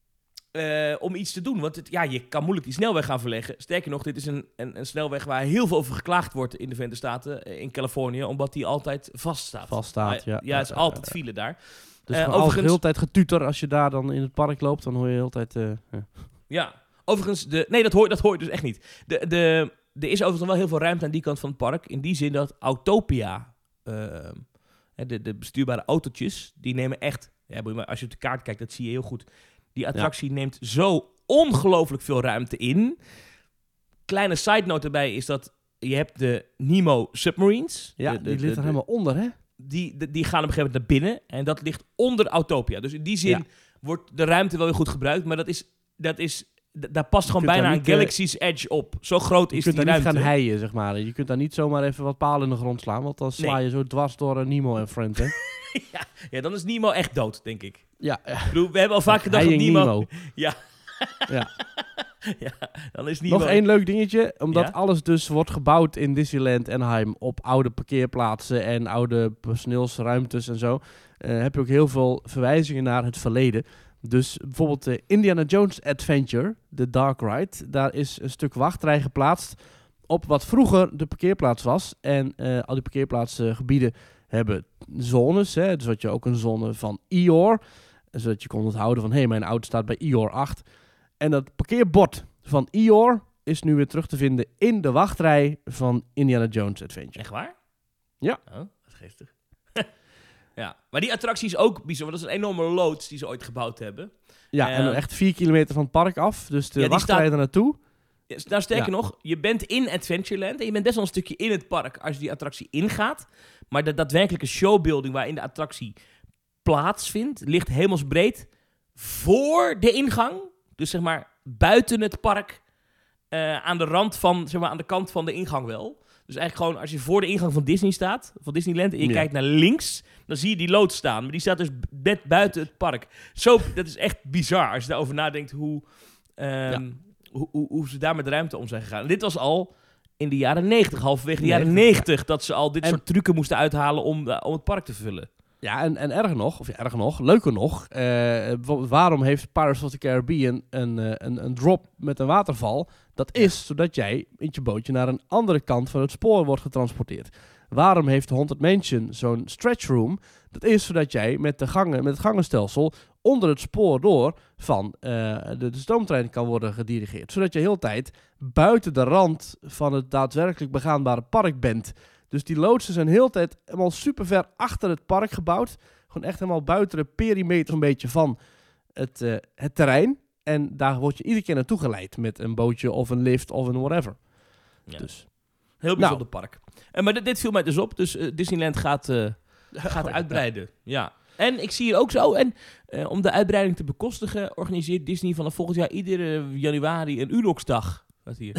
uh, om iets te doen. Want het, ja, je kan moeilijk die snelweg gaan verleggen. Sterker nog, dit is een, een, een snelweg waar heel veel over geklaagd wordt in de Verenigde Staten, in Californië, omdat die altijd vaststaat. Vaststaat, ja. Ja, het is ja, altijd ja, file ja. daar. Dus uh, overigens... de hele tijd getuter als je daar dan in het park loopt, dan hoor je de hele tijd... Uh, ja. ja, overigens, de, nee, dat hoor, dat hoor je dus echt niet. De, de, er is overigens wel heel veel ruimte aan die kant van het park, in die zin dat Autopia, uh, de, de bestuurbare autootjes, die nemen echt, ja, als je op de kaart kijkt, dat zie je heel goed, die attractie ja. neemt zo ongelooflijk veel ruimte in. Kleine side note erbij is dat je hebt de Nemo Submarines. Ja, de, de, die ligt er helemaal onder, hè? Die, de, die gaan op een gegeven moment naar binnen. En dat ligt onder Autopia. Dus in die zin ja. wordt de ruimte wel weer goed gebruikt. Maar dat is, dat is, d- daar past gewoon bijna een Galaxy's uh, Edge op. Zo groot is die ruimte. Je kunt daar niet gaan heien, zeg maar. Je kunt daar niet zomaar even wat palen in de grond slaan. Want dan sla je nee. zo dwars door uh, Nemo en Friends, hè? ja, ja, dan is Nemo echt dood, denk ik. Ja. ja. Ik bedoel, we hebben al vaak gedacht dat Nemo... Nemo. Ja. ja. ja, dan is Nemo... Nog één leuk dingetje. Omdat ja? alles dus wordt gebouwd in Disneyland Anaheim op oude parkeerplaatsen en oude personeelsruimtes en zo, uh, heb je ook heel veel verwijzingen naar het verleden. Dus bijvoorbeeld de Indiana Jones Adventure, de Dark Ride, daar is een stuk wachtrij geplaatst op wat vroeger de parkeerplaats was. En uh, al die parkeerplaatsgebieden hebben zones, hè, dus had je ook een zone van Eeyore, zodat je kon onthouden van, hé, hey, mijn auto staat bij Eeyore acht. En dat parkeerbord van Eeyore is nu weer terug te vinden in de wachtrij van Indiana Jones Adventure. Echt waar? Ja. Oh, dat is geestig. ja, maar die attractie is ook bijzonder, want dat is een enorme loods die ze ooit gebouwd hebben. Ja, uh, en echt vier kilometer van het park af, dus de ja, wachtrij staat... er naartoe. Ja, nou, sterker ja. nog, je bent in Adventureland en je bent best wel een stukje in het park als je die attractie ingaat. Maar de daadwerkelijke showbuilding waarin de attractie plaatsvindt, ligt hemelsbreed voor de ingang. Dus zeg maar buiten het park, uh, aan de rand van, zeg maar aan de kant van de ingang wel. Dus eigenlijk gewoon als je voor de ingang van Disney staat, van Disneyland, en je ja. kijkt naar links, dan zie je die loods staan. Maar die staat dus net buiten het park. Zo, dat is echt bizar als je daarover nadenkt hoe, um, ja. hoe, hoe, hoe ze daar met ruimte om zijn gegaan. En dit was al in de jaren negentig, halverwege de jaren negentig, dat ze al dit en... soort trucken moesten uithalen om, uh, om het park te vullen. Ja, en, en erger nog, of ja, erger nog, leuker nog, uh, waarom heeft Pirates of the Caribbean een, uh, een, een drop met een waterval? Dat is ja. zodat jij met je bootje naar een andere kant van het spoor wordt getransporteerd. Waarom heeft de Haunted Mansion zo'n stretch room? Dat is zodat jij met, de gangen, met het gangenstelsel onder het spoor door van uh, de, de stoomtrein kan worden gedirigeerd. Zodat je heel de tijd buiten de rand van het daadwerkelijk begaanbare park bent. Dus die loodsen zijn heel de tijd helemaal super ver achter het park gebouwd. Gewoon echt helemaal buiten de perimeter een beetje van het, uh, het terrein. En daar word je iedere keer naartoe geleid met een bootje of een lift of een whatever. Ja. Dus. Heel bijzonder nou. park. Uh, maar dit, dit viel mij dus op. Dus uh, Disneyland gaat, uh, gaat uitbreiden. Ja. En ik zie hier ook zo. En uh, om de uitbreiding te bekostigen, organiseert Disney vanaf volgend jaar iedere januari een Unox-dag. Wat hier.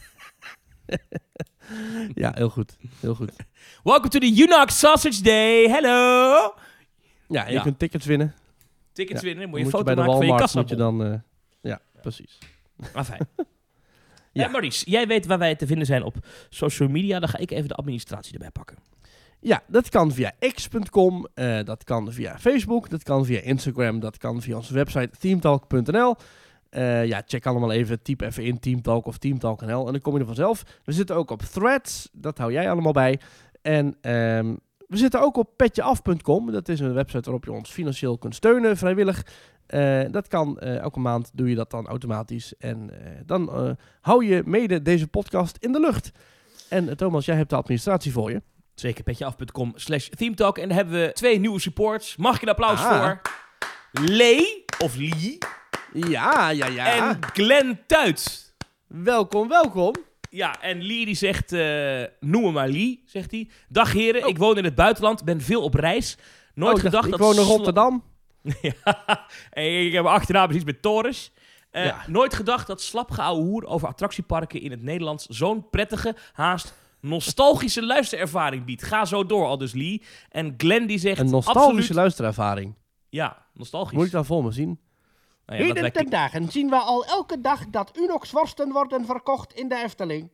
Ja, heel goed. Heel goed. Welcome to the Unox Sausage Day. Hello. Ja, en je ja. kunt tickets winnen. Tickets ja. winnen. Moet je moet een foto je bij maken de van je Walmart kassabon. moet je dan... Uh, ja, ja, precies. Ah, fijn. Ja. Uh, Maurice, jij weet waar wij te vinden zijn op social media. Dan ga ik even de administratie erbij pakken. Ja, dat kan via x punt com, uh, dat kan via Facebook, dat kan via Instagram, dat kan via onze website teamtalk punt n l. Uh, ja, check allemaal even, typ even in Teamtalk of Teamtalk punt n l en dan kom je er vanzelf. We zitten ook op Threads, dat hou jij allemaal bij. En um, we zitten ook op petjeaf punt com, dat is een website waarop je ons financieel kunt steunen, vrijwillig. Uh, dat kan, uh, elke maand doe je dat dan automatisch. En uh, dan uh, hou je mede deze podcast in de lucht. En uh, Thomas, jij hebt de administratie voor je. Zeker, petjeaf punt com slash themetalk. En daar hebben we twee nieuwe supports. Mag ik een applaus ah. voor? Lee, of Lee. Ja, ja, ja. En Glenn Tuit. Welkom, welkom. Ja, en Lee die zegt, uh, noem me maar Lee, zegt hij. Dag heren, oh. ik woon in het buitenland, ben veel op reis. Nooit oh, gedacht ik dat... Ik woon in Rotterdam. Ja, en ik heb achternaam precies met Torres. Uh, ja. Nooit gedacht dat slapgeouwe hoer over attractieparken in het Nederlands zo'n prettige, haast nostalgische luisterervaring biedt. Ga zo door, al dus Lee. En Glenn die zegt... Een nostalgische absoluut... luisterervaring. Ja, nostalgisch. Moet ik daar voor me zien? Nou ja, Heden ten dagen zien we al elke dag dat Unox-worsten worden verkocht in de Efteling.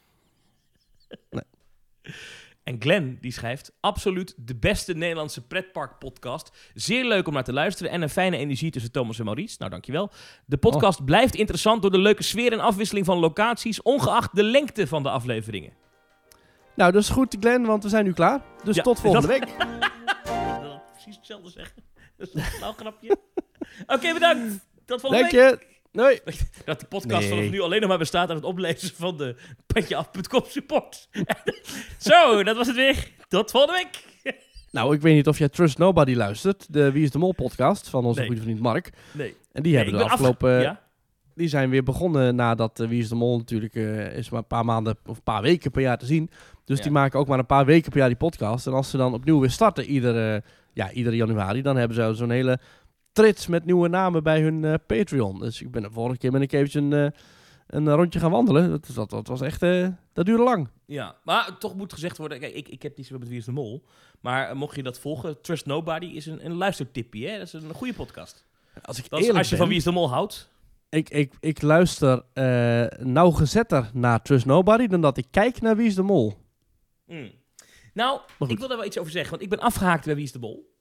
Nee. En Glenn die schrijft... absoluut de beste Nederlandse pretparkpodcast. Zeer leuk om naar te luisteren en een fijne energie tussen Thomas en Maurice. Nou, dankjewel. De podcast oh. blijft interessant door de leuke sfeer en afwisseling van locaties, ongeacht de lengte van de afleveringen. Nou, dat is goed, Glenn, want we zijn nu klaar. Dus ja, tot volgende dat... week. Ik wil precies hetzelfde zeggen. Dat is een flauw grapje. Oké, okay, bedankt. Tot volgende Dank week. Je. Nee. Dat die podcast nee. vanaf nu alleen nog maar bestaat uit het oplezen van de petjeaf punt com support. Zo, dat was het weer. Tot volgende week. Nou, ik weet niet of jij Trust Nobody luistert. De Wie is de Mol podcast van onze nee. goede vriend Mark. Nee. En die nee, hebben de afgelopen... Afge- ja? Die zijn weer begonnen nadat uh, Wie is de Mol natuurlijk uh, is maar een paar maanden of een paar weken per jaar te zien. Dus ja. die maken ook maar een paar weken per jaar die podcast. En als ze dan opnieuw weer starten iedere, uh, ja, iedere januari, dan hebben ze zo'n hele trits met nieuwe namen bij hun uh, Patreon. Dus ik ben de vorige keer ben ik eventjes een, uh, een rondje gaan wandelen. Dat, dat, dat was echt, uh, dat duurde lang. Ja, maar toch moet gezegd worden, kijk, ik, ik heb niet zo met Wie is de Mol. Maar uh, mocht je dat volgen, Trust Nobody is een, een luistertipje, hè? Dat is een goede podcast. Als, ik dat is, als je ben, van Wie is de Mol houdt. Ik, ik, ik luister uh, nauwgezetter naar Trust Nobody dan dat ik kijk naar Wie is de Mol. Mm. Nou, ik wil daar wel iets over zeggen, want ik ben afgehaakt bij Wie is de Mol.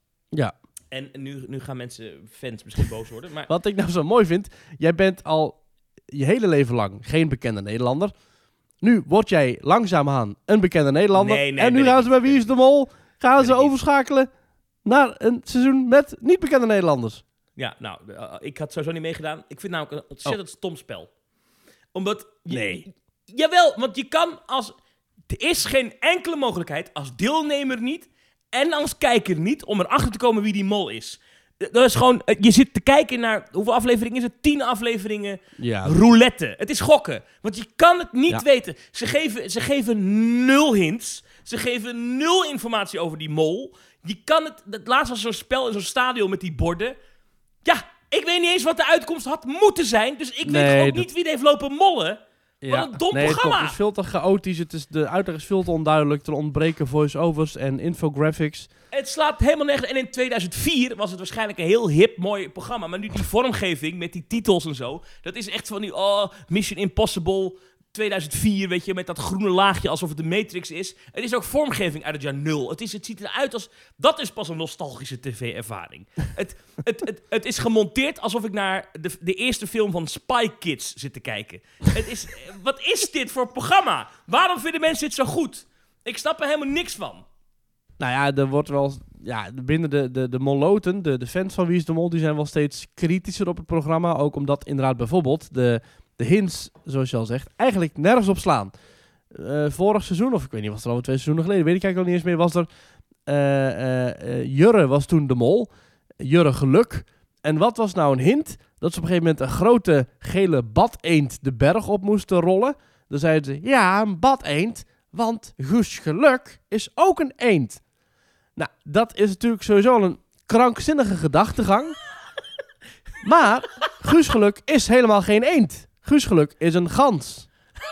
Ja. En nu, nu gaan mensen, fans misschien boos worden. Maar... Wat ik nou zo mooi vind, jij bent al je hele leven lang geen bekende Nederlander. Nu word jij langzaamaan een bekende Nederlander. Nee, nee, en nu gaan ze bij Wie is de Mol, gaan ze overschakelen naar een seizoen met niet bekende Nederlanders. Ja, nou, uh, ik had sowieso niet meegedaan. Ik vind het namelijk een ontzettend oh. stom spel. Omdat... Je, nee. Jawel, want je kan als... Er is geen enkele mogelijkheid als deelnemer niet en als kijker niet om erachter te komen wie die mol is. Dat is gewoon... Je zit te kijken naar... Hoeveel afleveringen is het? Tien afleveringen ja. roulette. Het is gokken. Want je kan het niet ja. weten. Ze geven, ze geven nul hints. Ze geven nul informatie over die mol. Je kan het... Het laatst was zo'n spel in zo'n stadion met die borden. Ja, ik weet niet eens wat de uitkomst had moeten zijn. Dus ik nee, weet gewoon dat... niet wie er heeft lopen mollen. Ja. Wat een dom nee, programma. Het is veel te chaotisch. Het is, de uitleg is veel te onduidelijk. Er ontbreken voice-overs en infographics. Het slaat helemaal nergens. En in tweeduizend vier was het waarschijnlijk een heel hip, mooi programma. Maar nu die vormgeving met die titels en zo. Dat is echt van die, oh, Mission Impossible tweeduizend vier, weet je, met dat groene laagje alsof het de Matrix is. Het is ook vormgeving uit het jaar nul. Het, is, het ziet eruit als... Dat is pas een nostalgische tv-ervaring. het, het, het, het is gemonteerd alsof ik naar de, de eerste film van Spy Kids zit te kijken. Het is... Wat is dit voor programma? Waarom vinden mensen dit zo goed? Ik snap er helemaal niks van. Nou ja, er wordt wel... Ja, binnen de, de, de Molloten, de, de fans van Wie is de Mol, die zijn wel steeds kritischer op het programma. Ook omdat inderdaad bijvoorbeeld de... De hints, zoals je al zegt, eigenlijk nergens op slaan. Uh, vorig seizoen, of ik weet niet, was er al twee seizoenen geleden, weet ik eigenlijk al niet eens meer, was er... Uh, uh, uh, Jurre was toen de mol. Jurre Geluk. En wat was nou een hint? Dat ze op een gegeven moment een grote gele badeend de berg op moesten rollen. Dan zeiden ze, ja, een badeend, want Guus Geluk is ook een eend. Nou, dat is natuurlijk sowieso een krankzinnige gedachtegang. Maar Guus Geluk is helemaal geen eend. Guus Geluk is een gans.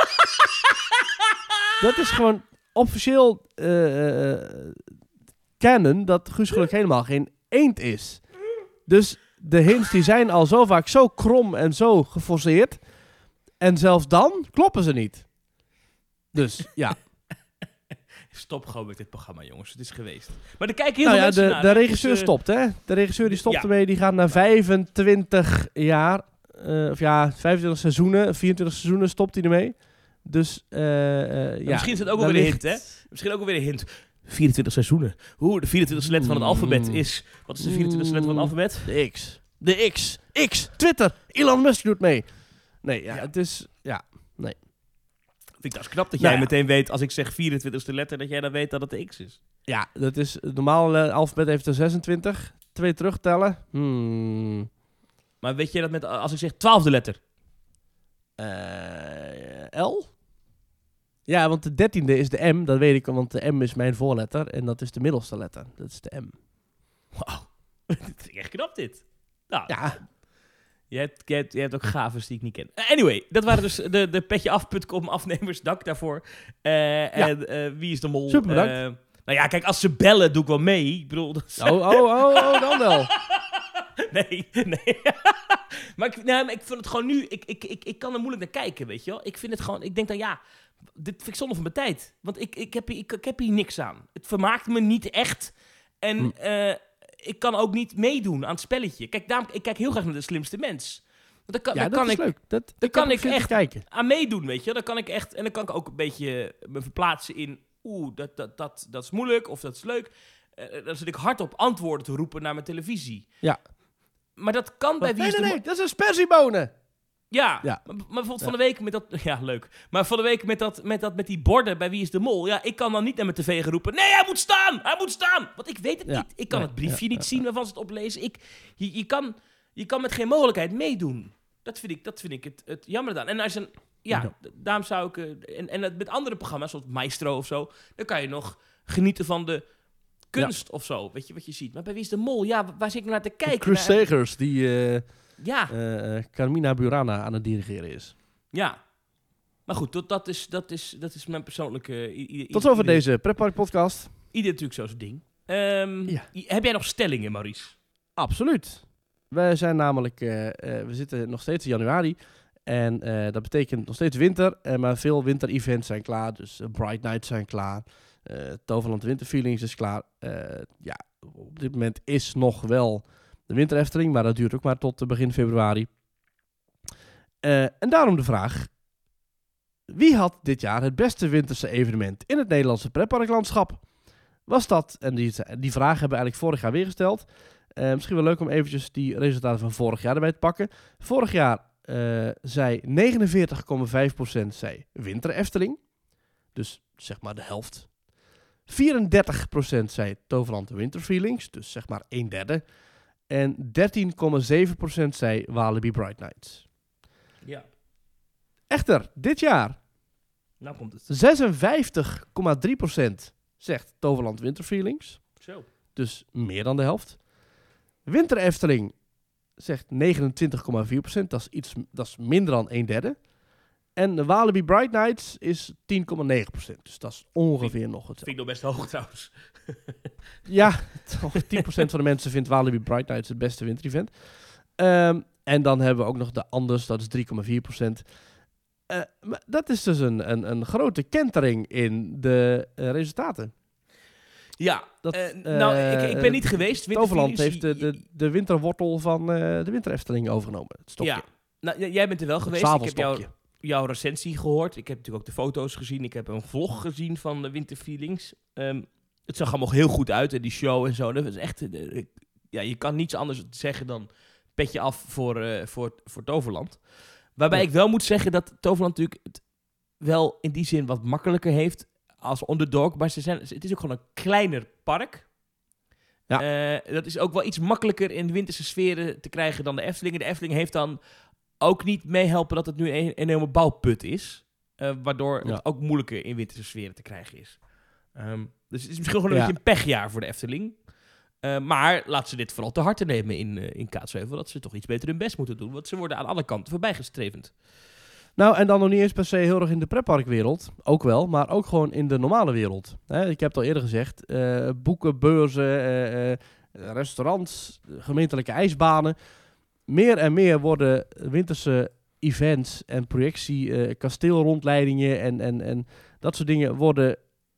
Dat is gewoon officieel uh, uh, canon dat Guus Geluk helemaal geen eend is. Dus de hints die zijn al zo vaak zo krom en zo geforceerd. En zelfs dan kloppen ze niet. Dus ja. Stop gewoon met dit programma, jongens. Het is geweest. Maar er kijken heel Nou veel ja, mensen de, naar. de hè. regisseur Dus, eh, stopt, hè? De regisseur die stopt Ja. ermee. Die gaat na vijfentwintig jaar... eh, of ja, vijfentwintig seizoenen, vierentwintig seizoenen stopt hij ermee. Dus, eh eh ja. Misschien is het ook daar wel weer een ligt- hint, hè? Misschien ook alweer een hint. vierentwintig seizoenen. Hoe? De vierentwintigste letter van het alfabet is... Wat is de vierentwintigste letter van het alfabet? De X. De X. X. Twitter. Elon Musk doet mee. Nee, ja, Ja. het is... Ja. Vind ik dat is knap dat Nou jij ja. meteen weet, als ik zeg vierentwintigste letter, dat jij dan weet dat het de X is. Ja, dat is... Het normale alfabet heeft er zesentwintig. Twee terugtellen. Hmm. Maar weet je dat met, als ik zeg twaalfde letter? Eh, L? Ja, want de dertiende is de M. Dat weet ik, want de M is mijn voorletter. En dat is de middelste letter. Dat is de M. Wauw. Dit is echt knap, dit. Nou, Ja. Je hebt, je, hebt, je hebt ook gaves die ik niet ken. Uh, Anyway, dat waren dus de, de petjeaf punt com afnemers. Dank daarvoor. Uh, en uh, wie is de mol? Super bedankt. Uh, nou ja, kijk, als ze bellen, doe ik wel mee. Ik bedoel... Dat is- Oh, oh, oh, oh, dan wel. nee, nee. maar, ik, nou, maar ik vind het gewoon nu... Ik, ik, ik, ik kan er moeilijk naar kijken, weet je wel. Ik vind het gewoon... Ik denk dan, ja... Dit vind ik zonde van mijn tijd. Want ik, ik, heb, hier, ik, ik heb hier niks aan. Het vermaakt me niet echt. En... Hm. Uh, ik kan ook niet meedoen aan het spelletje. Kijk, daarom, ik kijk heel graag naar De Slimste Mens. Want dan kan, Ja, dan dat kan is ik leuk. Dat, dan kan ik zitten echt kijken. aan meedoen, weet je. Dan kan ik echt... En dan kan ik ook een beetje me verplaatsen in... Oeh, dat, dat, dat, dat is moeilijk of dat is leuk. Uh, dan zit ik hardop antwoorden te roepen naar mijn televisie. Ja. Maar dat kan bij Wie Nee, is nee, de nee. Mol... Dat is een spersiebonen. Ja, Ja. Maar, maar bijvoorbeeld van de week met dat... Ja, leuk. Maar van de week met, dat, met, dat, met die borden bij Wie is de Mol... Ja, ik kan dan niet naar mijn tv gaan roepen... Nee, hij moet staan! Hij moet staan! Want ik weet het Ja. niet. Ik kan Nee, het briefje ja, niet ja, zien waarvan ze het oplezen. Ik, je, je, kan, je kan met geen mogelijkheid meedoen. Dat vind ik, dat vind ik het, het jammer aan. En als een... Ja, Ja. d- daarom zou ik... eh, En, en het met andere programma's, zoals Maestro of zo... Dan kan je nog genieten van de kunst of zo. Weet je wat je ziet. Maar bij Wie is de Mol? Ja, waar zit ik naar te kijken? Chris Naar- Segers, die eh Ja, eh, Carmina Burana aan het dirigeren is. ja. Maar goed, dat, dat, is, dat, is, dat is mijn persoonlijke... i- i- Tot i- zover ieder- deze Pretpark podcast. Ieder natuurlijk zo'n ding. Ehm, Ja. i- Heb jij nog stellingen, Maurice? Absoluut. We zijn namelijk, eh, eh, we zitten nog steeds in januari. En eh, dat betekent nog steeds winter. eh, maar veel winter-events zijn klaar. Dus eh, Bright Nights zijn klaar. eh Toverland Winter Feelings is klaar. Eh, ja, op dit moment is nog wel de Winter Efteling. Maar dat duurt ook maar tot eh, begin februari. Eh, en daarom de vraag. Wie had dit jaar het beste winterse evenement in het Nederlandse pretparklandschap? Was dat, en die, die vraag hebben we eigenlijk vorig jaar weer gesteld. Uh, misschien wel leuk om eventjes die resultaten van vorig jaar erbij te pakken. Vorig jaar uh, zei negenenveertig komma vijf procent zei Winter Efteling. Dus zeg maar de helft. vierendertig procent zei Toverland Winter Feelings. Dus zeg maar een derde. En dertien komma zeven procent zei Walibi Bright Nights. Ja. Echter, dit jaar Nou komt het. zesenvijftig komma drie procent zegt Toverland Winter Feelings. Zo. Dus meer dan de helft. Winter Efteling zegt negenentwintig komma vier procent. Dat is iets, dat is minder dan een derde. En de Walibi Bright Nights is tien komma negen procent. Dus dat is ongeveer nog Vind hetzelfde. ik nog best hoog trouwens. Ja, toch tien procent van de mensen vindt Walibi Bright Nights het beste winterevent. Um, en dan hebben we ook nog de Anders, dat is drie komma vier procent. Uh, maar dat is dus een, een, een grote kentering in de uh, resultaten. Ja, Dat, uh, nou, uh, ik, ik ben niet geweest. Winter Toverland Feelings, heeft de, de, de winterwortel van uh, de Winter Efteling overgenomen. Het stokje. Ja, nou, j- jij bent er wel geweest. Ik heb jou, jouw recensie gehoord. Ik heb natuurlijk ook de foto's gezien. Ik heb een vlog gezien van de Winter Feelings. Um, het zag allemaal heel goed uit, hè, die show en zo. Dat is echt, uh, ja, je kan niets anders zeggen dan petje af voor, uh, voor, voor Toverland. Waarbij ja. ik wel moet zeggen dat Toverland natuurlijk het wel in die zin wat makkelijker heeft als underdog. Maar ze zijn, het is ook gewoon een kleiner park. Ja. Uh, dat is ook wel iets makkelijker in winterse sferen te krijgen dan de Efteling. De Efteling heeft dan ook niet meehelpen dat het nu een, een enorme bouwput is. Uh, waardoor ja. het ook moeilijker in winterse sferen te krijgen is. Um, dus het is misschien gewoon een ja. beetje een pechjaar voor de Efteling. Uh, maar laat ze dit vooral te harte nemen in, uh, in Kaatsheuvel. Dat ze toch iets beter hun best moeten doen. Want ze worden aan alle kanten voorbijgestrevend. Nou, en dan nog niet eens per se heel erg in de pretparkwereld. Ook wel, maar ook gewoon in de normale wereld. Hè, ik heb het al eerder gezegd. Uh, boeken, beurzen, uh, uh, restaurants, gemeentelijke ijsbanen. Meer en meer worden winterse events en projectie, uh, kasteelrondleidingen en, en, en dat soort dingen worden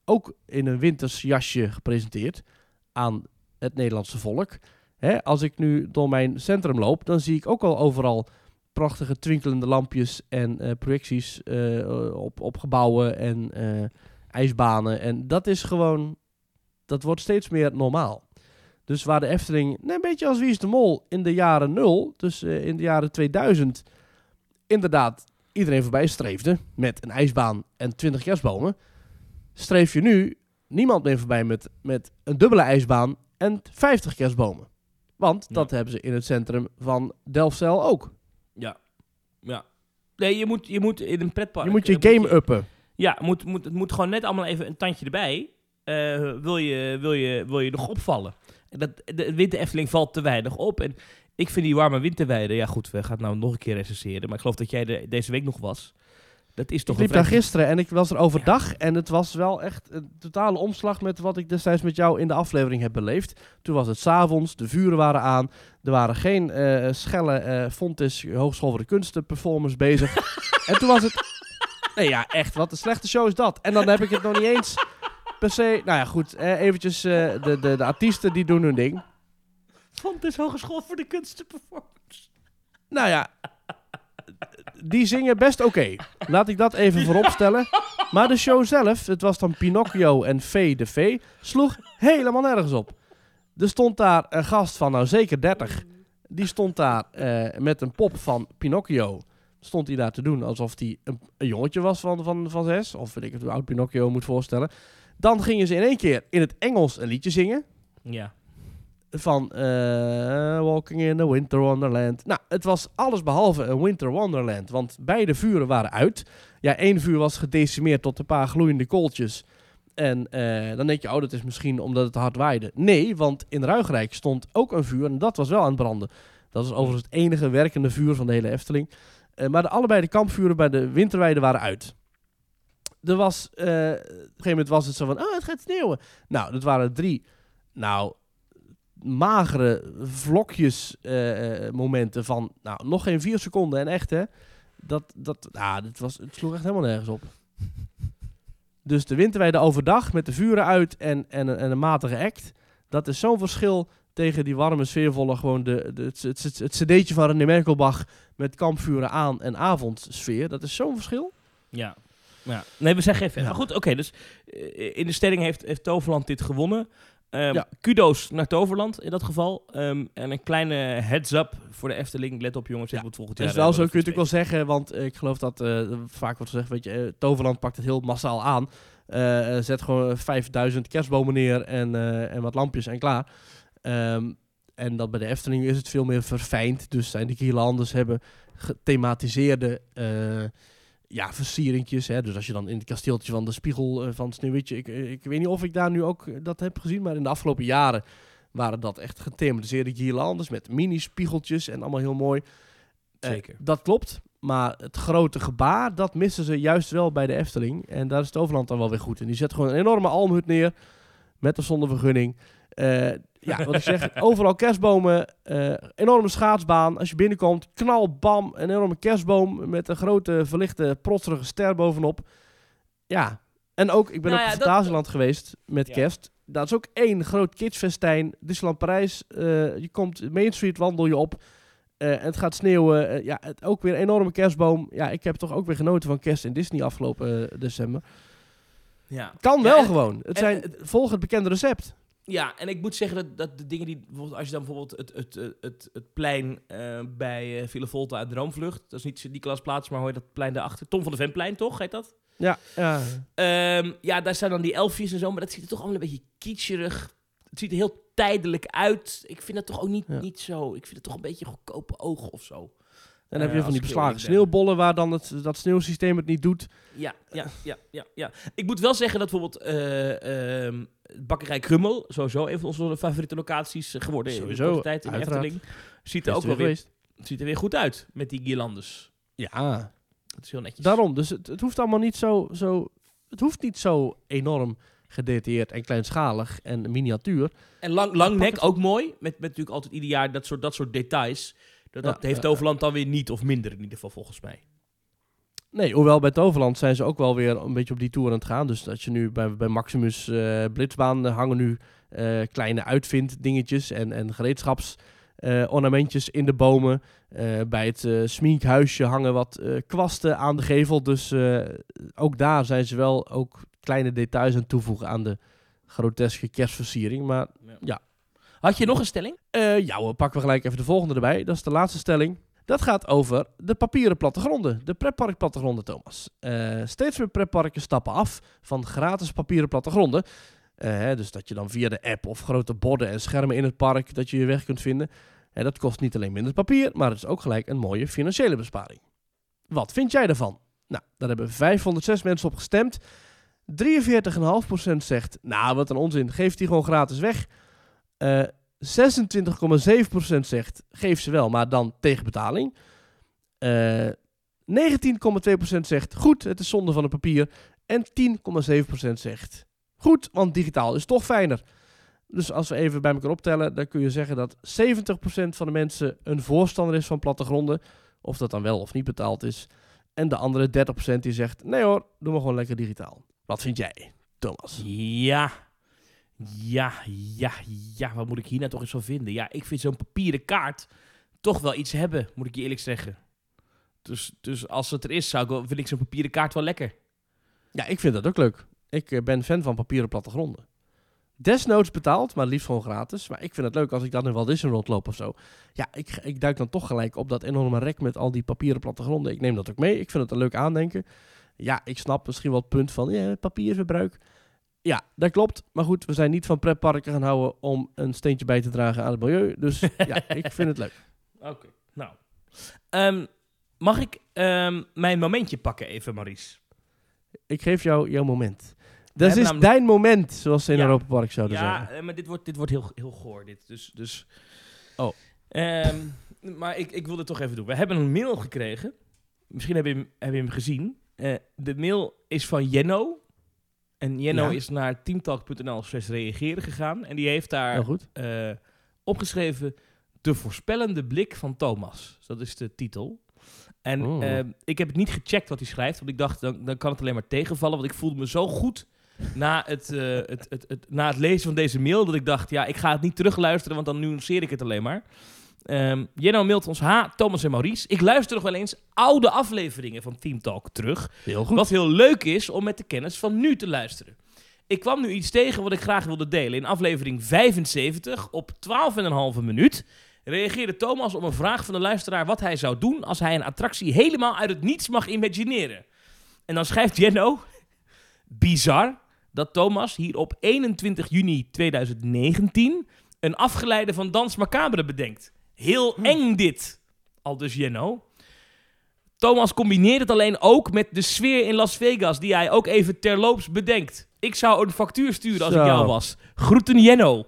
ook in een winters jasje gepresenteerd aan het Nederlandse volk. Hè, als ik nu door mijn centrum loop, dan zie ik ook al overal prachtige twinkelende lampjes en uh, projecties uh, op, op gebouwen en uh, ijsbanen. En dat is gewoon, dat wordt steeds meer normaal. Dus waar de Efteling, nee, een beetje als Wie is de Mol in de jaren nul, dus uh, in de jaren tweeduizend, inderdaad iedereen voorbij streefde met een ijsbaan en twintig kerstbomen, streef je nu niemand meer voorbij met, met een dubbele ijsbaan en vijftig kerstbomen. Want Ja. dat hebben ze in het centrum van Delfzijl ook. Ja. Ja. Nee, je moet, je moet in een pretpark... Je moet je eh, game uppen. Ja, moet, moet, het moet gewoon net allemaal even een tandje erbij. Uh, wil, je, wil, je, wil je nog opvallen? En dat, de Winter Efteling valt te weinig op. En ik vind die warme winterweide... Ja goed, we gaan het nou nog een keer recenseren. Maar ik geloof dat jij er deze week nog was. Dat is toch Ik liep een daar vrij- gisteren en ik was er overdag. En het was wel echt een totale omslag met wat ik destijds met jou in de aflevering heb beleefd. Toen was het 's avonds, de vuren waren aan. Er waren geen uh, schelle uh, Fontis Hogeschool voor de Kunsten performance bezig. En toen was het... Nee ja, echt, wat een slechte show is dat. En dan heb ik het nog niet eens per se... Nou ja, goed, eh, eventjes uh, de, de, de artiesten die doen hun ding. Fontis Hogeschool voor de Kunsten performance. Nou ja, die zingen best oké. Okay. Laat ik dat even vooropstellen. Maar de show zelf, het was dan Pinocchio en Fee de Fee, sloeg helemaal nergens op. Er stond daar een gast van nou zeker dertig. Die stond daar uh, met een pop van Pinocchio. Stond hij daar te doen alsof hij een, een jongetje was van, van, van zes. Of weet ik het, hoe oud Pinocchio moet voorstellen. Dan gingen ze in één keer in het Engels een liedje zingen. Ja. Van uh, Walking in a Winter Wonderland. Nou, het was alles behalve een Winter Wonderland. Want beide vuren waren uit. Ja, één vuur was gedecimeerd tot een paar gloeiende kooltjes. En uh, dan denk je, oh, dat is misschien omdat het hard waaide. Nee, want in Ruigrijk stond ook een vuur. En dat was wel aan het branden. Dat was overigens het enige werkende vuur van de hele Efteling. Uh, maar de, allebei de kampvuren bij de winterweide waren uit. Er was, uh, op een gegeven moment was het zo van, oh, het gaat sneeuwen. Nou, dat waren drie, nou... magere vlokjes uh, momenten van nou, nog geen vier seconden en echt hè dat, dat ah, dit was, het sloeg echt helemaal nergens op. Dus de winterweide overdag met de vuren uit en, en, en een matige act, dat is zo'n verschil tegen die warme sfeervolle gewoon de, de, het, het, het, het cd'tje van René Merkelbach met kampvuren aan en avondsfeer, dat is zo'n verschil. Ja. Ja. Nee, we zijn geen fan. Ja. Maar goed, oké, okay, dus uh, in de stelling heeft, heeft Toverland dit gewonnen. Um, Ja. Kudo's naar Toverland in dat geval. Um, en een kleine heads-up voor de Efteling. Let op jongens, dit Ja, wordt volgend Het jaar... is wel uh, zo, kun je worden natuurlijk wel zeggen, want uh, ik geloof dat uh, vaak wordt gezegd, weet je, uh, Toverland pakt het heel massaal aan. Uh, zet gewoon vijfduizend kerstbomen neer en, uh, en wat lampjes en klaar. Um, en dat bij de Efteling is het veel meer verfijnd. Dus zijn die guirlandes hebben gethematiseerde uh, ja, versieringjes. Hè. Dus als je dan in het kasteeltje van de Spiegel uh, van Sneeuwwitje... Ik, ik weet niet of ik daar nu ook dat heb gezien, maar in de afgelopen jaren waren dat echt gethematiseerde guirlandes met mini-spiegeltjes en allemaal heel mooi. Zeker. Uh, dat klopt, maar het grote gebaar, dat missen ze juist wel bij de Efteling. En daar is Toverland dan wel weer goed in. Die zet gewoon een enorme almhut neer, met of zonder vergunning. Uh, ja, wat ik zeg, overal kerstbomen, uh, enorme schaatsbaan. Als je binnenkomt, knal, bam, een enorme kerstboom met een grote verlichte, protserige ster bovenop. Ja, en ook, ik ben Nou ook ja, in dat- Fantasieland geweest met Ja. kerst. Dat is ook één groot kidsfestijn. Disneyland Parijs, uh, je komt Main Street, wandel je op. Uh, en het gaat sneeuwen. Uh, ja, het, ook weer een enorme kerstboom. Ja, ik heb toch ook weer genoten van kerst in Disney afgelopen uh, december. Ja. Kan Ja, wel en- gewoon. Het en- zijn, en- volg het bekende recept. Ja, en ik moet zeggen dat, dat de dingen die... bijvoorbeeld Als je dan bijvoorbeeld het, het, het, het, het plein uh, bij uh, Villa Volta uit Droomvlucht... Dat is niet Nicolaasplaats, maar hoor je dat plein daarachter? Tom van de Venplein, toch? Heet dat? Ja, ja. Um, ja, daar staan dan die elfjes en zo, maar dat ziet er toch allemaal een beetje kitscherig. Het ziet er heel tijdelijk uit. Ik vind dat toch ook niet, Ja. niet zo... Ik vind het toch een beetje goedkope ogen of zo. En dan heb je Uh, van die als ik beslagen eerlijk ben. sneeuwbollen waar dan het, dat sneeuwsysteem het niet doet. Ja, ja, ja, ja, ja. Ik moet wel zeggen dat bijvoorbeeld uh, um, Bakkerij Krummel, sowieso een van onze favoriete locaties uh, geworden Sowieso, in de korte tijd in de uiteraard. Efteling. Ziet er Is ook er wel weer weer, geweest. ziet er weer goed uit met die guirlandes. Ja, Dat is heel netjes. daarom. Dus het, het hoeft allemaal niet zo, zo... Het hoeft niet zo enorm gedetailleerd en kleinschalig en miniatuur. En lang, lang nek, ook mooi. Met, met natuurlijk altijd ieder jaar dat soort, dat soort details. Dat, dat Ja, heeft ja, Toverland dan weer niet of minder in ieder geval volgens mij. Nee, hoewel bij Toverland zijn ze ook wel weer een beetje op die tour aan het gaan. Dus dat je nu bij, bij Maximus uh, Blitzbaan uh, hangen nu uh, kleine uitvinddingetjes en, en gereedschapsornamentjes uh, in de bomen. Uh, bij het uh, sminkhuisje hangen wat uh, kwasten aan de gevel. Dus uh, ook daar zijn ze wel ook kleine details aan toevoegen aan de groteske kerstversiering. Maar ja. ja. Had je nog een stelling? Uh, ja, we pakken we gelijk even de volgende erbij. Dat is de laatste stelling. Dat gaat over de papieren plattegronden, de pretpark plattegronden, Thomas. Uh, steeds meer pretparken stappen af van gratis papieren plattegronden. Uh, dus dat je dan via de app of grote borden en schermen in het park dat je je weg kunt vinden. Uh, dat kost niet alleen minder papier, maar het is ook gelijk een mooie financiële besparing. Wat vind jij daarvan? Nou, daar hebben vijfhonderdzes mensen op gestemd. drieënveertig komma vijf procent zegt, nou wat een onzin, geef die gewoon gratis weg. Uh, zesentwintig komma zeven procent zegt, geef ze wel, maar dan tegen betaling. Uh, negentien komma twee procent zegt, goed, het is zonde van het papier. En tien komma zeven procent zegt, goed, want digitaal is toch fijner. Dus als we even bij elkaar optellen, dan kun je zeggen dat zeventig procent van de mensen een voorstander is van plattegronden. Of dat dan wel of niet betaald is. En de andere dertig procent die zegt, nee hoor, doe maar gewoon lekker digitaal. Wat vind jij, Thomas? Ja... Ja, ja, ja, wat moet ik hier nou toch eens van vinden? Ja, ik vind zo'n papieren kaart toch wel iets hebben, moet ik je eerlijk zeggen. Dus, dus als het er is, zou ik wel, vind ik zo'n papieren kaart wel lekker. Ja, ik vind dat ook leuk. Ik uh, ben fan van papieren plattegronden. Desnoods betaald, maar liefst gewoon gratis. Maar ik vind het leuk als ik dan in Walt Disney World loop of zo. Ja, ik, ik duik dan toch gelijk op dat enorme rek met al die papieren plattegronden. Ik neem dat ook mee. Ik vind het een leuk aandenken. Ja, ik snap misschien wel het punt van ja, papierverbruik. Ja, dat klopt. Maar goed, we zijn niet van pretparken gaan houden om een steentje bij te dragen aan het milieu. Dus ja, ik vind het leuk. Oké, okay, nou. Um, mag ik um, mijn momentje pakken even, Maurice? Ik geef jou jouw moment. Dat is namelijk... dein moment, zoals ze in ja, Europa Park zouden ja, zeggen. Ja, maar dit wordt, dit wordt heel, heel goor. Dit. Dus, dus... Oh. Um, maar ik, ik wil het toch even doen. We hebben een mail gekregen. Misschien heb je hem, heb je hem gezien. Uh, de mail is van Jenno. En Jenno ja. is naar teamtalk punt n l slash reageren gegaan. En die heeft daar uh, opgeschreven... De voorspellende blik van Thomas. Dat is de titel. En oh. uh, ik heb het niet gecheckt wat hij schrijft. Want ik dacht, dan, dan kan het alleen maar tegenvallen. Want ik voelde me zo goed na het, uh, het, het, het, het, na het lezen van deze mail... dat ik dacht, ja, ik ga het niet terugluisteren... want dan nuanceer ik het alleen maar. Um, Jenno mailt ons, ha, Thomas en Maurice. Ik luister nog wel eens oude afleveringen van Team Talk terug. Heel goed. Wat heel leuk is om met de kennis van nu te luisteren. Ik kwam nu iets tegen wat ik graag wilde delen. In aflevering vijfenzeventig, op twaalf en een halve minuut... reageerde Thomas op een vraag van de luisteraar... wat hij zou doen als hij een attractie helemaal uit het niets mag imagineren. En dan schrijft Jenno... Bizar dat Thomas hier op eenentwintig juni tweeduizend negentien... een afgeleide van Dans Macabre bedenkt. Heel eng dit. Aldus Jenno. Thomas combineert het alleen ook met de sfeer in Las Vegas... die hij ook even terloops bedenkt. Ik zou een factuur sturen als Zo. ik jou was. Groeten Jenno.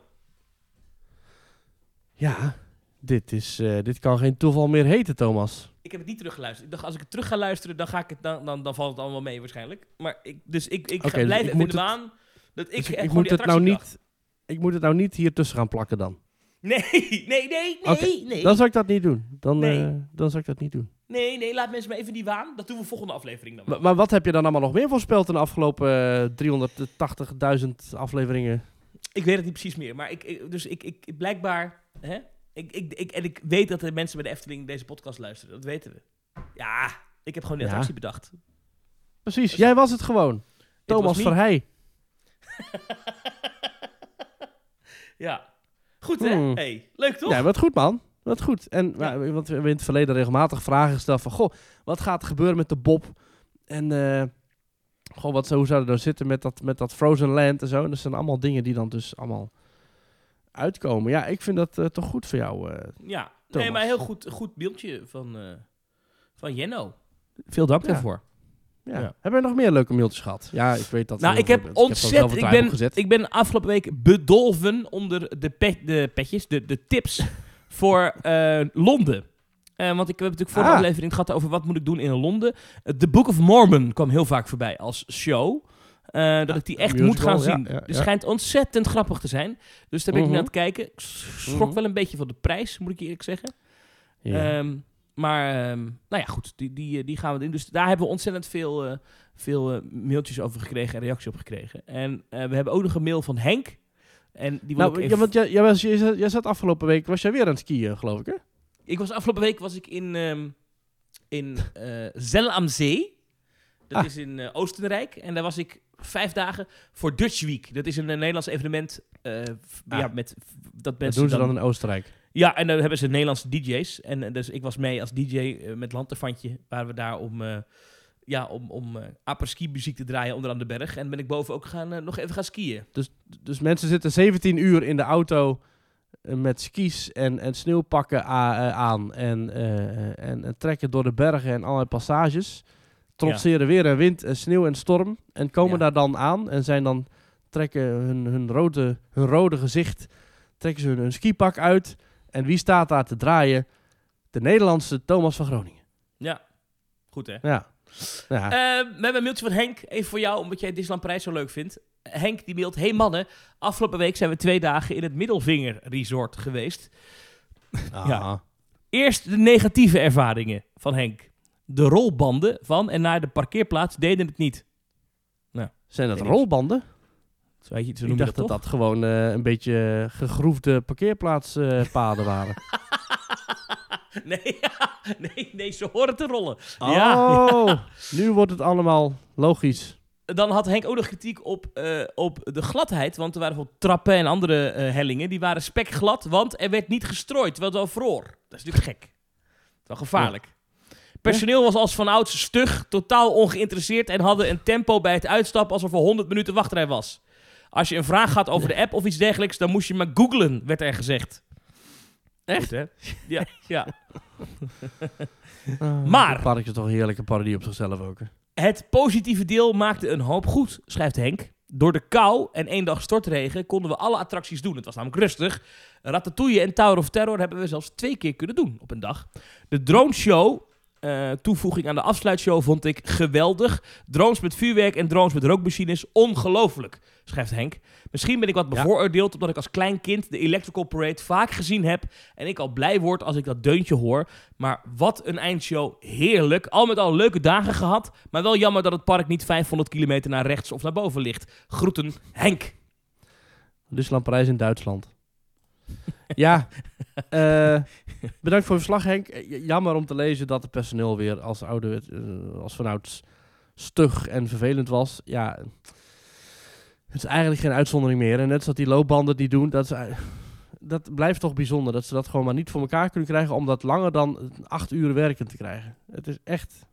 Ja, dit, is, uh, dit kan geen toeval meer heten, Thomas. Ik heb het niet teruggeluisterd. Ik dacht, als ik het terug ga luisteren, dan, ga ik het, dan, dan, dan valt het allemaal mee waarschijnlijk. Maar ik, dus ik, ik okay, ga blijven dus even in de waan dat ik, dus ik, ik moet het nou niet. Ik moet het nou niet hier tussen gaan plakken dan. Nee, nee, nee, nee, okay, nee. Dan zou ik dat niet doen. Dan, nee. uh, dan zou ik dat niet doen. Nee, nee, laat mensen maar even die waan. Dat doen we volgende aflevering dan. Maar, maar wat heb je dan allemaal nog meer voorspeld in de afgelopen uh, driehonderdtachtigduizend afleveringen? Ik weet het niet precies meer. Maar ik, ik dus ik, ik blijkbaar... Hè? Ik, ik, ik, en ik weet dat de mensen bij de Efteling deze podcast luisteren. Dat weten we. Ja, ik heb gewoon die attractie ja. bedacht. Precies, dus jij was het gewoon. Thomas Verheij. Ja. Goed, hè? Hmm. Hey, leuk, toch? Ja, wat goed, man. Wat goed. En ja. want we hebben in het verleden regelmatig vragen gesteld van... Goh, wat gaat er gebeuren met de Bob? En uh, goh, wat, hoe zou het nou zitten met dat, met dat Frozen Land en zo? En dat zijn allemaal dingen die dan dus allemaal uitkomen. Ja, ik vind dat uh, toch goed voor jou, uh, Ja, Thomas. Nee, maar heel goed, goed beeldje van, uh, van Jenno. Veel dank ja. daarvoor. Ja. Ja. Hebben we nog meer leuke mailtjes gehad? Ja, ik weet dat. Nou, ik heb ontzettend... Ik, ik, ben, ik ben afgelopen week bedolven onder de, pet, de petjes, de, de tips voor uh, Londen. Uh, want ik heb natuurlijk vorige ah. aflevering gehad over wat moet ik doen in Londen. Uh, The Book of Mormon kwam heel vaak voorbij als show. Uh, dat ja, ik die echt musical, moet gaan zien. Ja, ja, Het ja. schijnt ontzettend grappig te zijn. Dus daar ben uh-huh. ik naar aan het kijken. Ik schrok uh-huh. wel een beetje van de prijs, moet ik eerlijk zeggen. Ja. Um, maar, um, nou ja, goed, die, die, die gaan we doen. Dus daar hebben we ontzettend veel, uh, veel uh, mailtjes over gekregen en reacties op gekregen. En uh, we hebben ook nog een mail van Henk. En die wil nou, ik ja, even... want jij, jij, was, jij, zat, jij zat afgelopen week, was jij weer aan het skiën, geloof ik, hè? Ik was afgelopen week was ik in, um, in uh, Zell am See. Dat ah. is in uh, Oostenrijk. En daar was ik vijf dagen voor Dutch Week. Dat is een, een Nederlands evenement. Uh, f- ah. ja, met, f- dat Dat doen ze dan in Oostenrijk. Ja, en dan hebben ze Nederlandse D J's. En uh, dus ik was mee als D J uh, met Lanterfantje. Waren we daar om, uh, ja, om, om uh, apres-ski muziek te draaien onder aan de berg. En ben ik boven ook gaan, uh, nog even gaan skiën. Dus, dus mensen zitten zeventien uur in de auto uh, met skis en, en sneeuwpakken a- uh, aan. En, uh, en, en trekken door de bergen en allerlei passages. Trotseren ja. weer en wind en sneeuw en storm. En komen ja. daar dan aan en zijn dan, trekken hun, hun, rode, hun rode gezicht, trekken ze hun, hun skipak uit. En wie staat daar te draaien? De Nederlandse Thomas van Groningen. Ja, goed hè? Ja. ja. Uh, we hebben een mailtje van Henk, even voor jou, omdat jij Disneyland Parijs zo leuk vindt. Henk die mailt, hey mannen, afgelopen week zijn we twee dagen in het Middelvinger Resort geweest. Ah. Ja. Eerst de negatieve ervaringen van Henk. De rolbanden van en naar de parkeerplaats deden het niet. Nou, zijn dat rolbanden? Zo heet je, zo ik dacht dat, dat dat gewoon uh, een beetje gegroefde parkeerplaatspaden uh, waren. nee, nee, nee, ze horen te rollen. Oh, ja. Nu wordt het allemaal logisch. Dan had Henk ook nog kritiek op, uh, op de gladheid. Want er waren bijvoorbeeld trappen en andere uh, hellingen. Die waren spekglad, want er werd niet gestrooid, terwijl het al vroor. Dat is natuurlijk gek. Dat is wel gevaarlijk. Ja. Personeel was als vanouds stug, totaal ongeïnteresseerd en hadden een tempo bij het uitstappen alsof er honderd minuten wachtrij was. Als je een vraag had over de app of iets dergelijks, dan moest je maar googlen, werd er gezegd. Echt? Goed, hè? Ja, ja. Uh, maar... Het park is toch een heerlijke parodie op zichzelf ook. Hè? Het positieve deel maakte een hoop goed, schrijft Henk. Door de kou en één dag stortregen konden we alle attracties doen. Het was namelijk rustig. Ratatouille en Tower of Terror hebben we zelfs twee keer kunnen doen op een dag. De drone show... Uh, toevoeging aan de afsluitshow vond ik geweldig. Drones met vuurwerk en drones met rookmachines, ongelooflijk, schrijft Henk. Misschien ben ik wat bevooroordeeld, ja. omdat ik als klein kind de Electrical Parade vaak gezien heb en ik al blij word als ik dat deuntje hoor. Maar wat een eindshow, heerlijk. Al met al leuke dagen gehad, maar wel jammer dat het park niet vijfhonderd kilometer naar rechts of naar boven ligt. Groeten, Henk. Disneyland Parijs in Duitsland. Ja, uh, bedankt voor je verslag, Henk. Jammer om te lezen dat het personeel weer als, oude, uh, als vanouds stug en vervelend was. Ja, het is eigenlijk geen uitzondering meer. En net zoals die loopbanden die doen, dat, is, uh, dat blijft toch bijzonder. Dat ze dat gewoon maar niet voor elkaar kunnen krijgen om dat langer dan acht uur werken te krijgen. Het is echt,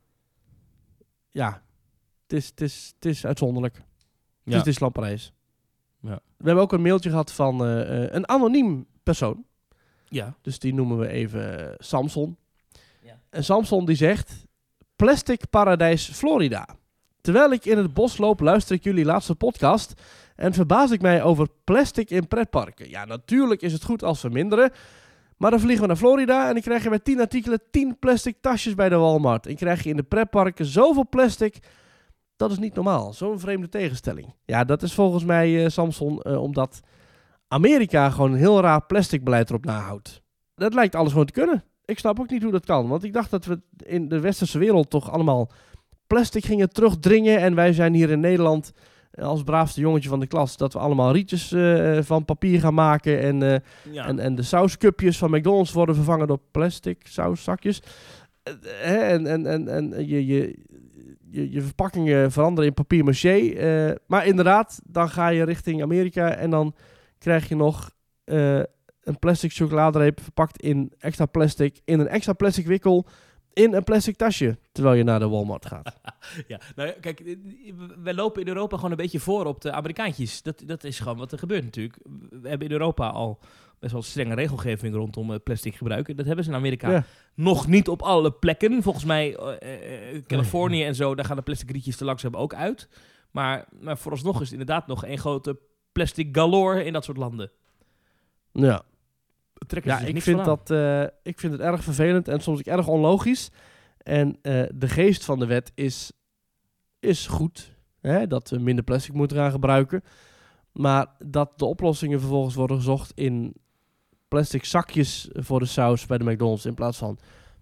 ja, het is, het is, het is uitzonderlijk. Het ja. is Disneyland Parijs. Ja. We hebben ook een mailtje gehad van uh, uh, een anoniem persoon. Ja. Dus die noemen we even uh, Samson. Ja. En Samson die zegt... Plastic Paradijs Florida. Terwijl ik in het bos loop, luister ik jullie laatste podcast... en verbaas ik mij over plastic in pretparken. Ja, natuurlijk is het goed als verminderen... maar dan vliegen we naar Florida... en dan krijg je bij tien artikelen tien plastic tasjes bij de Walmart. En krijg je in de pretparken zoveel plastic... Dat is niet normaal. Zo'n vreemde tegenstelling. Ja, dat is volgens mij, uh, Samson, uh, omdat Amerika gewoon een heel raar plastic beleid erop nahoudt. Dat lijkt alles gewoon te kunnen. Ik snap ook niet hoe dat kan. Want ik dacht dat we in de westerse wereld toch allemaal plastic gingen terugdringen. En wij zijn hier in Nederland uh, als braafste jongetje van de klas... dat we allemaal rietjes uh, van papier gaan maken. En, uh, ja. en, en de sauscupjes van McDonald's worden vervangen door plastic sauszakjes. Uh, en en, en, en je... je Je, je verpakkingen veranderen in papier-maché. Uh, maar inderdaad, dan ga je richting Amerika... en dan krijg je nog uh, een plastic chocoladereep... verpakt in extra plastic... in een extra plastic wikkel... in een plastic tasje... terwijl je naar de Walmart gaat. Ja, nou kijk, wij lopen in Europa gewoon een beetje voor op de Amerikaantjes. Dat, dat is gewoon wat er gebeurt natuurlijk. We hebben in Europa al best wel strenge regelgeving rondom uh, plastic gebruiken. Dat hebben ze in Amerika ja. nog niet op alle plekken. Volgens mij, uh, uh, Californië nee. en zo, daar gaan de plastic rietjes te langzaam ook uit. Maar, maar vooralsnog is het inderdaad nog één grote plastic galore in dat soort landen. Ja. Trekken ja, dus ik vind, dat, uh, ik vind het erg vervelend en soms ook erg onlogisch. En uh, de geest van de wet is, is goed. Hè? Dat we minder plastic moeten gaan gebruiken. Maar dat de oplossingen vervolgens worden gezocht in plastic zakjes voor de saus bij de McDonald's... in plaats van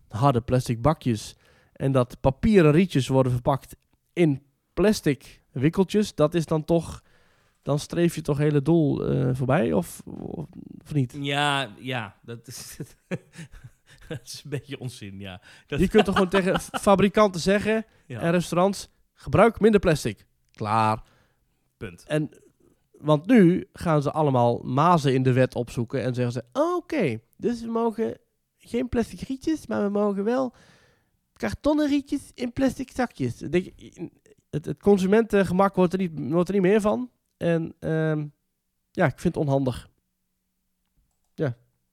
harde plastic bakjes en dat papieren rietjes worden verpakt in plastic wikkeltjes, dat is dan toch, dan streef je toch hele doel uh, voorbij, of, of, of niet? Ja, ja, dat is, dat is een beetje onzin, ja. Dat Je kunt toch gewoon tegen fabrikanten zeggen ja. en restaurants, gebruik minder plastic. Klaar. Punt. En, want nu gaan ze allemaal mazen in de wet opzoeken en zeggen ze, oké, okay, dus we mogen geen plastic rietjes, maar we mogen wel kartonnen rietjes in plastic zakjes. Denk je, Het, het consumentengemak wordt er, niet, wordt er niet meer van. En um, ja, ik vind het onhandig. Ja.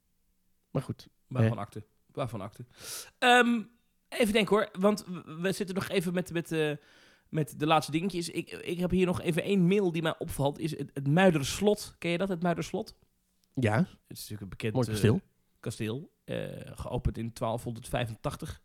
Maar goed. Waarvan eh. akte? Waarvan akte? Um, even denken hoor, want we zitten nog even met, met, uh, met de laatste dingetjes. Ik, ik heb hier nog even één mail die mij opvalt. Is het, het Muiderslot. Ken je dat, het Muiderslot? Ja. Het is natuurlijk een bekend mooi kasteel. Uh, kasteel uh, geopend in twaalfhonderdvijfentachtig.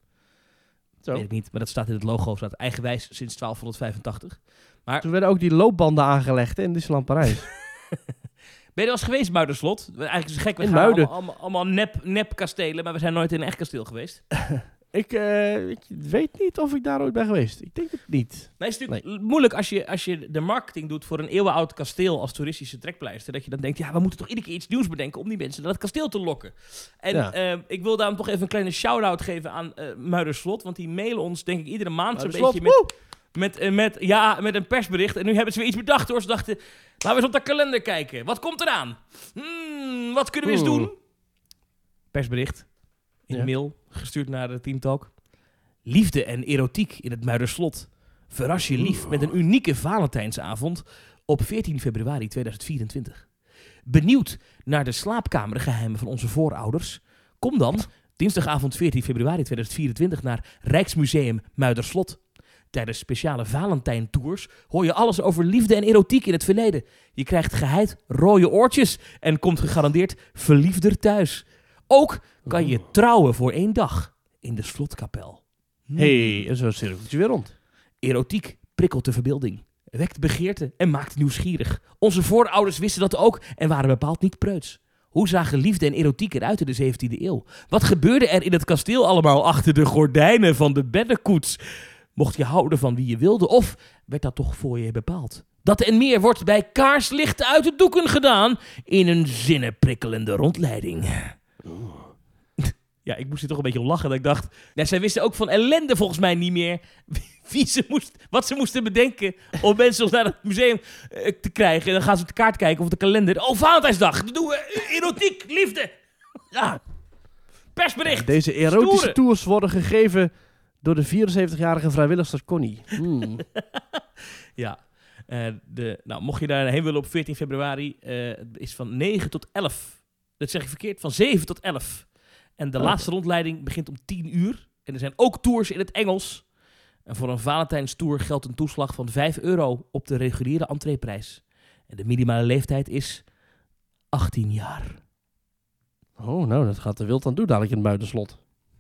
Zo. Weet ik niet, maar dat staat in het logo. Staat eigenwijs sinds twaalfhonderdvijfentachtig. Maar toen werden ook die loopbanden aangelegd hè, in Disneyland Parijs. Ben je er wel eens geweest, Muiderslot? Eigenlijk is het gek, we in gaan Muiden. allemaal, allemaal, allemaal nep, nep kastelen, maar we zijn nooit in een echt kasteel geweest. ik, uh, ik weet niet of ik daar ooit ben geweest. Ik denk het niet. Nee, het is natuurlijk nee. moeilijk als je, als je de marketing doet voor een eeuwenoud kasteel als toeristische trekpleister. Dat je dan denkt, ja, we moeten toch iedere keer iets nieuws bedenken om die mensen naar het kasteel te lokken. En ja. uh, ik wil daarom toch even een kleine shout-out geven aan uh, Muiderslot, want die mailen ons denk ik iedere maand zo'n beetje met... Met, uh, met, ja, met een persbericht. En nu hebben ze weer iets bedacht hoor. Ze dachten, laten we eens op de kalender kijken. Wat komt eraan? Hmm, wat kunnen we eens doen? Persbericht. In ja. mail. Gestuurd naar de Teamtalk. Liefde en erotiek in het Muiderslot. Verras je lief met een unieke Valentijnsavond op veertien februari tweeduizend vierentwintig. Benieuwd naar de slaapkamergeheimen van onze voorouders? Kom dan dinsdagavond veertien februari tweeduizend vierentwintig naar Rijksmuseum Muiderslot. Tijdens speciale Valentijn-tours hoor je alles over liefde en erotiek in het verleden. Je krijgt geheid rode oortjes en komt gegarandeerd verliefder thuis. Ook kan je trouwen voor één dag in de slotkapel. Hé, hey, en zo cirkeltje weer rond. Erotiek prikkelt de verbeelding, wekt begeerte en maakt nieuwsgierig. Onze voorouders wisten dat ook en waren bepaald niet preuts. Hoe zagen liefde en erotiek eruit in de zeventiende eeuw? Wat gebeurde er in het kasteel allemaal achter de gordijnen van de beddenkoets? Mocht je houden van wie je wilde, of werd dat toch voor je bepaald? Dat en meer wordt bij kaarslicht uit de doeken gedaan in een zinnenprikkelende rondleiding. Oeh. Ja, ik moest er toch een beetje om lachen. Dat ik dacht, ja, zij wisten ook van ellende volgens mij niet meer wie ze moest, wat ze moesten bedenken om mensen naar het museum uh, te krijgen. En dan gaan ze op de kaart kijken of de kalender. Oh, Valentijnsdag, dan doen we erotiek, liefde. Ja, persbericht. Ja, deze erotische Stoeren. tours worden gegeven door de vierenzeventigjarige vrijwilligster Connie. Hmm. ja, uh, de, nou, mocht je daarheen willen op veertien februari, uh, het is van negen tot elf. Dat zeg ik verkeerd, van zeven tot elf. En de oh. laatste rondleiding begint om tien uur. En er zijn ook tours in het Engels. En voor een Valentijnstour geldt een toeslag van vijf euro op de reguliere entreeprijs. En de minimale leeftijd is achttien jaar. Oh, nou, dat gaat de wild aan doen dadelijk in het Muiderslot.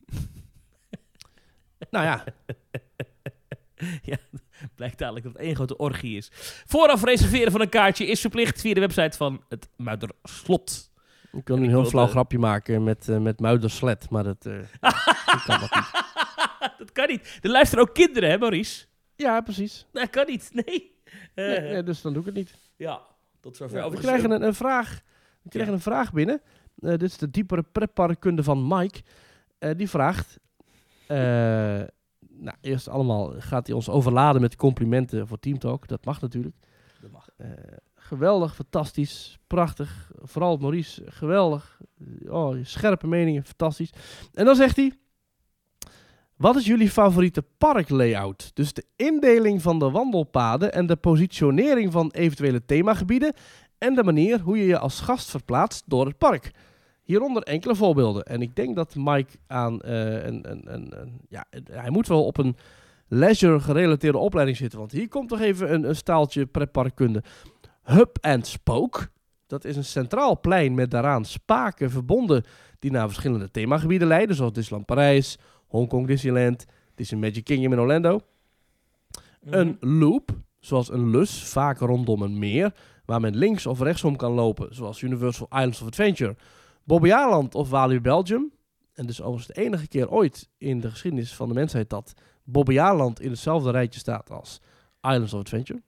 Nou ja. Ja, blijkt dadelijk dat het één grote orgie is. Vooraf reserveren van een kaartje is verplicht via de website van het Muiderslot. Ik wil nu een heel flauw de... grapje maken met, uh, met Muiderslet, maar dat, uh, dat kan dat niet. Dat kan niet. Er luisteren ook kinderen, hè, Maurice? Ja, precies. Dat kan niet, nee. Uh, nee, nee. Dus dan doe ik het niet. Ja, tot zover. Ja, we krijgen een, een vraag. We krijgen ja. een vraag binnen. Uh, dit is de diepere pretparkkunde van Mike. Uh, die vraagt... Uh, nou, eerst allemaal gaat hij ons overladen met complimenten voor Teamtalk. Dat mag natuurlijk. Dat mag. Uh, geweldig, fantastisch, prachtig. Vooral Maurice, geweldig. Oh, scherpe meningen, fantastisch. En dan zegt hij... Wat is jullie favoriete parklayout? Dus de indeling van de wandelpaden en de positionering van eventuele themagebieden en de manier hoe je je als gast verplaatst door het park. Hieronder enkele voorbeelden. En ik denk dat Mike aan uh, een, een, een, een... Ja, hij moet wel op een leisure-gerelateerde opleiding zitten. Want hier komt toch even een, een staaltje pretparkkunde. Hub and Spoke. Dat is een centraal plein met daaraan spaken verbonden die naar verschillende themagebieden leiden. Zoals Disneyland Parijs, Hongkong Disneyland, Disney Magic Kingdom in Orlando. Mm-hmm. Een loop, zoals een lus, vaak rondom een meer, waar men links of rechtsom kan lopen. Zoals Universal Islands of Adventure, Bobbejaanland of Walibi Belgium. En dus overigens de enige keer ooit in de geschiedenis van de mensheid dat Bobbejaanland in hetzelfde rijtje staat als Islands of Adventure.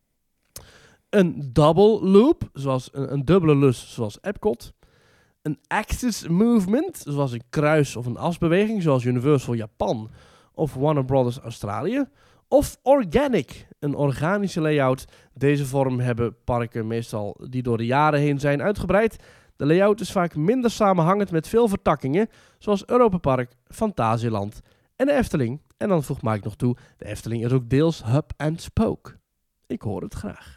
Een double loop, zoals een, een dubbele lus, zoals Epcot. Een axis movement, zoals een kruis of een asbeweging, zoals Universal Japan of Warner Brothers Australië. Of organic, een organische layout. Deze vorm hebben parken meestal die door de jaren heen zijn uitgebreid. De layout is vaak minder samenhangend met veel vertakkingen, zoals Europa Park, Fantasieland en de Efteling. En dan voegt Mike nog toe, de Efteling is ook deels hub and spoke. Ik hoor het graag.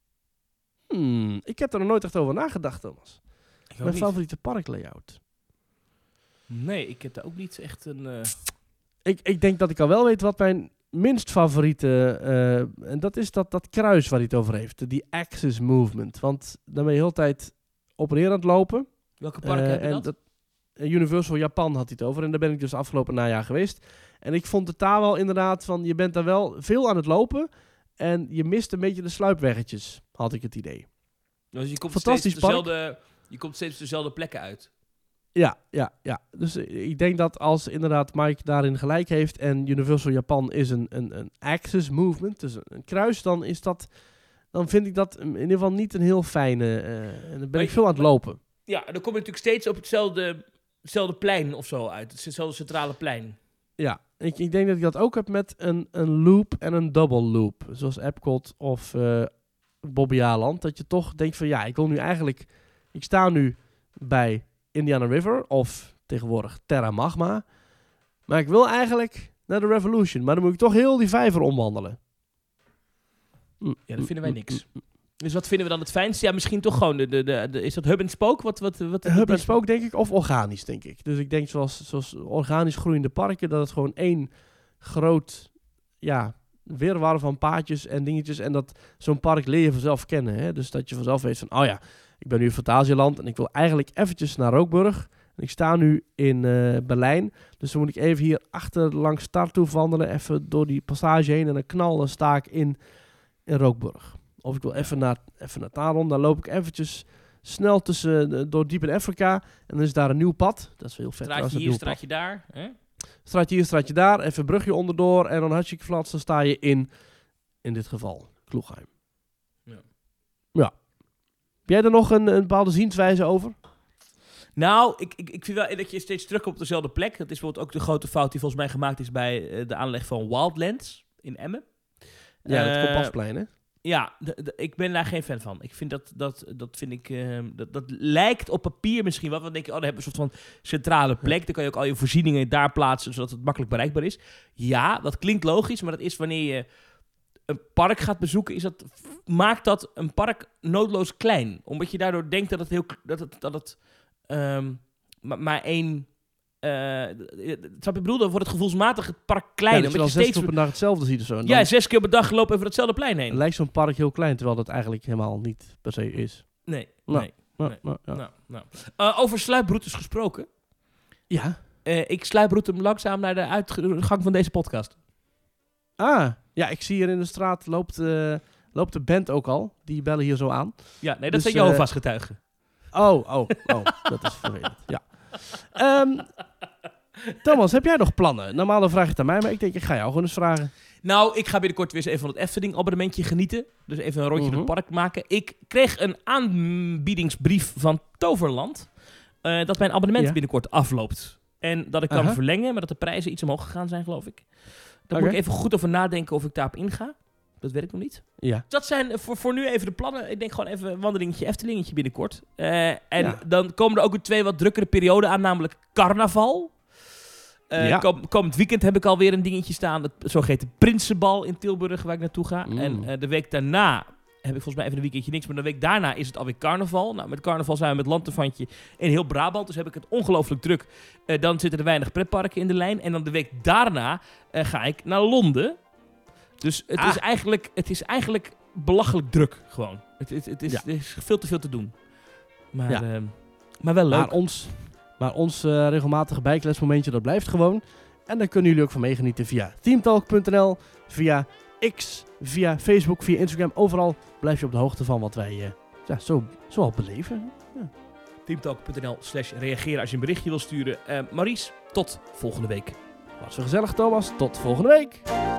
Hmm, ik heb er nog nooit echt over nagedacht, Thomas. Mijn favoriete parklayout. Nee, ik heb daar ook niet echt een... Uh... Ik, ik denk dat ik al wel weet wat mijn minst favoriete... Uh, en dat is dat, dat kruis waar hij het over heeft. Die axis movement. Want dan ben je de hele tijd op en neer aan het lopen. Welke parken uh, heb je en dat? dat? Universal Japan had hij het over. En daar ben ik dus afgelopen najaar geweest. En ik vond het daar wel inderdaad van... Je bent daar wel veel aan het lopen. En je mist een beetje de sluipweggetjes, had ik het idee. Dus je komt Fantastisch steeds dezelfde, je komt steeds op dezelfde plekken uit. Ja, ja, ja. Dus ik denk dat als inderdaad Mike daarin gelijk heeft en Universal Japan is een, een, een axis movement, dus een, een kruis, dan is dat, dan vind ik dat in ieder geval niet een heel fijne, uh, en dan ben ik veel aan het lopen. Ja, dan kom je natuurlijk steeds op hetzelfde, hetzelfde plein of zo uit, hetzelfde centrale plein. Ja, ik, ik denk dat ik dat ook heb met een, een loop en een double loop, zoals Epcot of uh, Bobbejaanland, dat je toch denkt van ja, ik wil nu eigenlijk, ik sta nu bij Indiana River of tegenwoordig Terra Magma. Maar ik wil eigenlijk naar de Revolution. Maar dan moet ik toch heel die vijver omwandelen. Ja, dat vinden wij niks. Dus wat vinden we dan het fijnste? Ja, misschien toch gewoon de... de, de, de is dat hub and spoke? Wat, wat, wat, hub and spoke denk ik. Of organisch denk ik. Dus ik denk zoals, zoals organisch groeiende parken. Dat het gewoon één groot... Ja, wirwar van paadjes en dingetjes. En dat zo'n park leer je vanzelf kennen. Hè? Dus dat je vanzelf weet van... Oh ja, ik ben nu in Fantasieland en ik wil eigenlijk eventjes naar Rookburg. En ik sta nu in uh, Berlijn. Dus dan moet ik even hier achter langs start toe wandelen. Even door die passage heen. En dan knal, dan sta ik in, in Rookburg. Of ik wil even naar, even naar Taron. Dan loop ik eventjes snel tussen, uh, door diep in Afrika. En dan is daar een nieuw pad. Dat is heel vet. Straatje hier, straatje daar. Hè? Straatje hier, straatje daar. Even een brugje onderdoor. En dan hartstikke flats. Dan sta je in, in dit geval, Kloegheim. Ja. Ja. Heb jij er nog een, een bepaalde zienswijze over? Nou, ik, ik, ik vind wel dat je steeds terug op dezelfde plek. Dat is bijvoorbeeld ook de grote fout die volgens mij gemaakt is bij uh, de aanleg van Wildlands in Emmen. Ja, uh, het Kompasplein, hè? Ja, de, de, ik ben daar geen fan van. Ik vind dat, dat, dat vind ik, uh, dat, dat lijkt op papier misschien wat. Dan denk je, oh, dan hebben we een soort van centrale plek. Dan kan je ook al je voorzieningen daar plaatsen, zodat het makkelijk bereikbaar is. Ja, dat klinkt logisch, maar dat is wanneer je een park gaat bezoeken, is dat, maakt dat een park noodloos klein. Omdat je daardoor denkt dat het heel, dat het, dat het um, maar, maar één, uh, snap je bedoel, dan wordt het gevoelsmatig het park kleiner. Ja, dat je omdat al je zes keer op een dag hetzelfde ziet of zo. En ja, dan zes keer op een dag lopen over hetzelfde plein heen. lijkt zo'n park heel klein, terwijl dat eigenlijk helemaal niet per se is. Nee, Nou, nee. Nou, Nee. nou, ja. Nou, nou. Uh, over sluiproutes gesproken. Ja. Uh, ik sluiproute hem langzaam naar de uitgang van deze podcast. Ah, ja, ik zie hier in de straat loopt, uh, loopt de band ook al. Die bellen hier zo aan. Ja, nee, dat Dus, zijn uh, Jehovah's getuigen. Oh, oh, oh, dat is vervelend. Ja. Um, Thomas, heb jij nog plannen? Normaal vraag je het aan mij, maar ik denk, ik ga jou gewoon eens vragen. Nou, ik ga binnenkort weer eens even van het Efteling abonnementje genieten. Dus even een rondje Uh-huh. door het park maken. Ik kreeg een aanbiedingsbrief van Toverland. Uh, dat mijn abonnement Ja. binnenkort afloopt. En dat ik kan Aha. verlengen, maar dat de prijzen iets omhoog gegaan zijn, geloof ik. Daar Oké. moet ik even goed over nadenken of ik daarop inga. Dat weet ik nog niet. Ja. Dat zijn voor, voor nu even de plannen. Ik denk gewoon even een wandelingetje Eftelingetje binnenkort. Uh, en Ja. dan komen er ook een twee wat drukkere perioden aan, namelijk carnaval. Uh, Ja. kom, komend weekend heb ik alweer een dingetje staan. Het zogeheten Prinsenbal in Tilburg, waar ik naartoe ga. Mm. En uh, de week daarna heb ik volgens mij even een weekendje niks. Maar de week daarna is het alweer carnaval. Nou, met carnaval zijn we met Lanterfantje in heel Brabant. Dus heb ik het ongelooflijk druk. Uh, dan zitten er weinig pretparken in de lijn. En dan de week daarna uh, ga ik naar Londen. Dus het, Ah. is eigenlijk, het is eigenlijk belachelijk druk gewoon. Het, het, het, is, Ja. het is veel te veel te doen. Maar, Ja. uh, maar wel leuk. Maar ons, maar ons uh, regelmatige bijklesmomentje, dat blijft gewoon. En daar kunnen jullie ook van meegenieten via teamtalk punt n l, via X, via Facebook, via Instagram. Overal blijf je op de hoogte van wat wij uh, ja, zo, zo al beleven. Ja. teamtalk.nl slash reageren als je een berichtje wil sturen. Uh, Maurice, tot volgende week. Was zo gezellig, Thomas. Tot volgende week.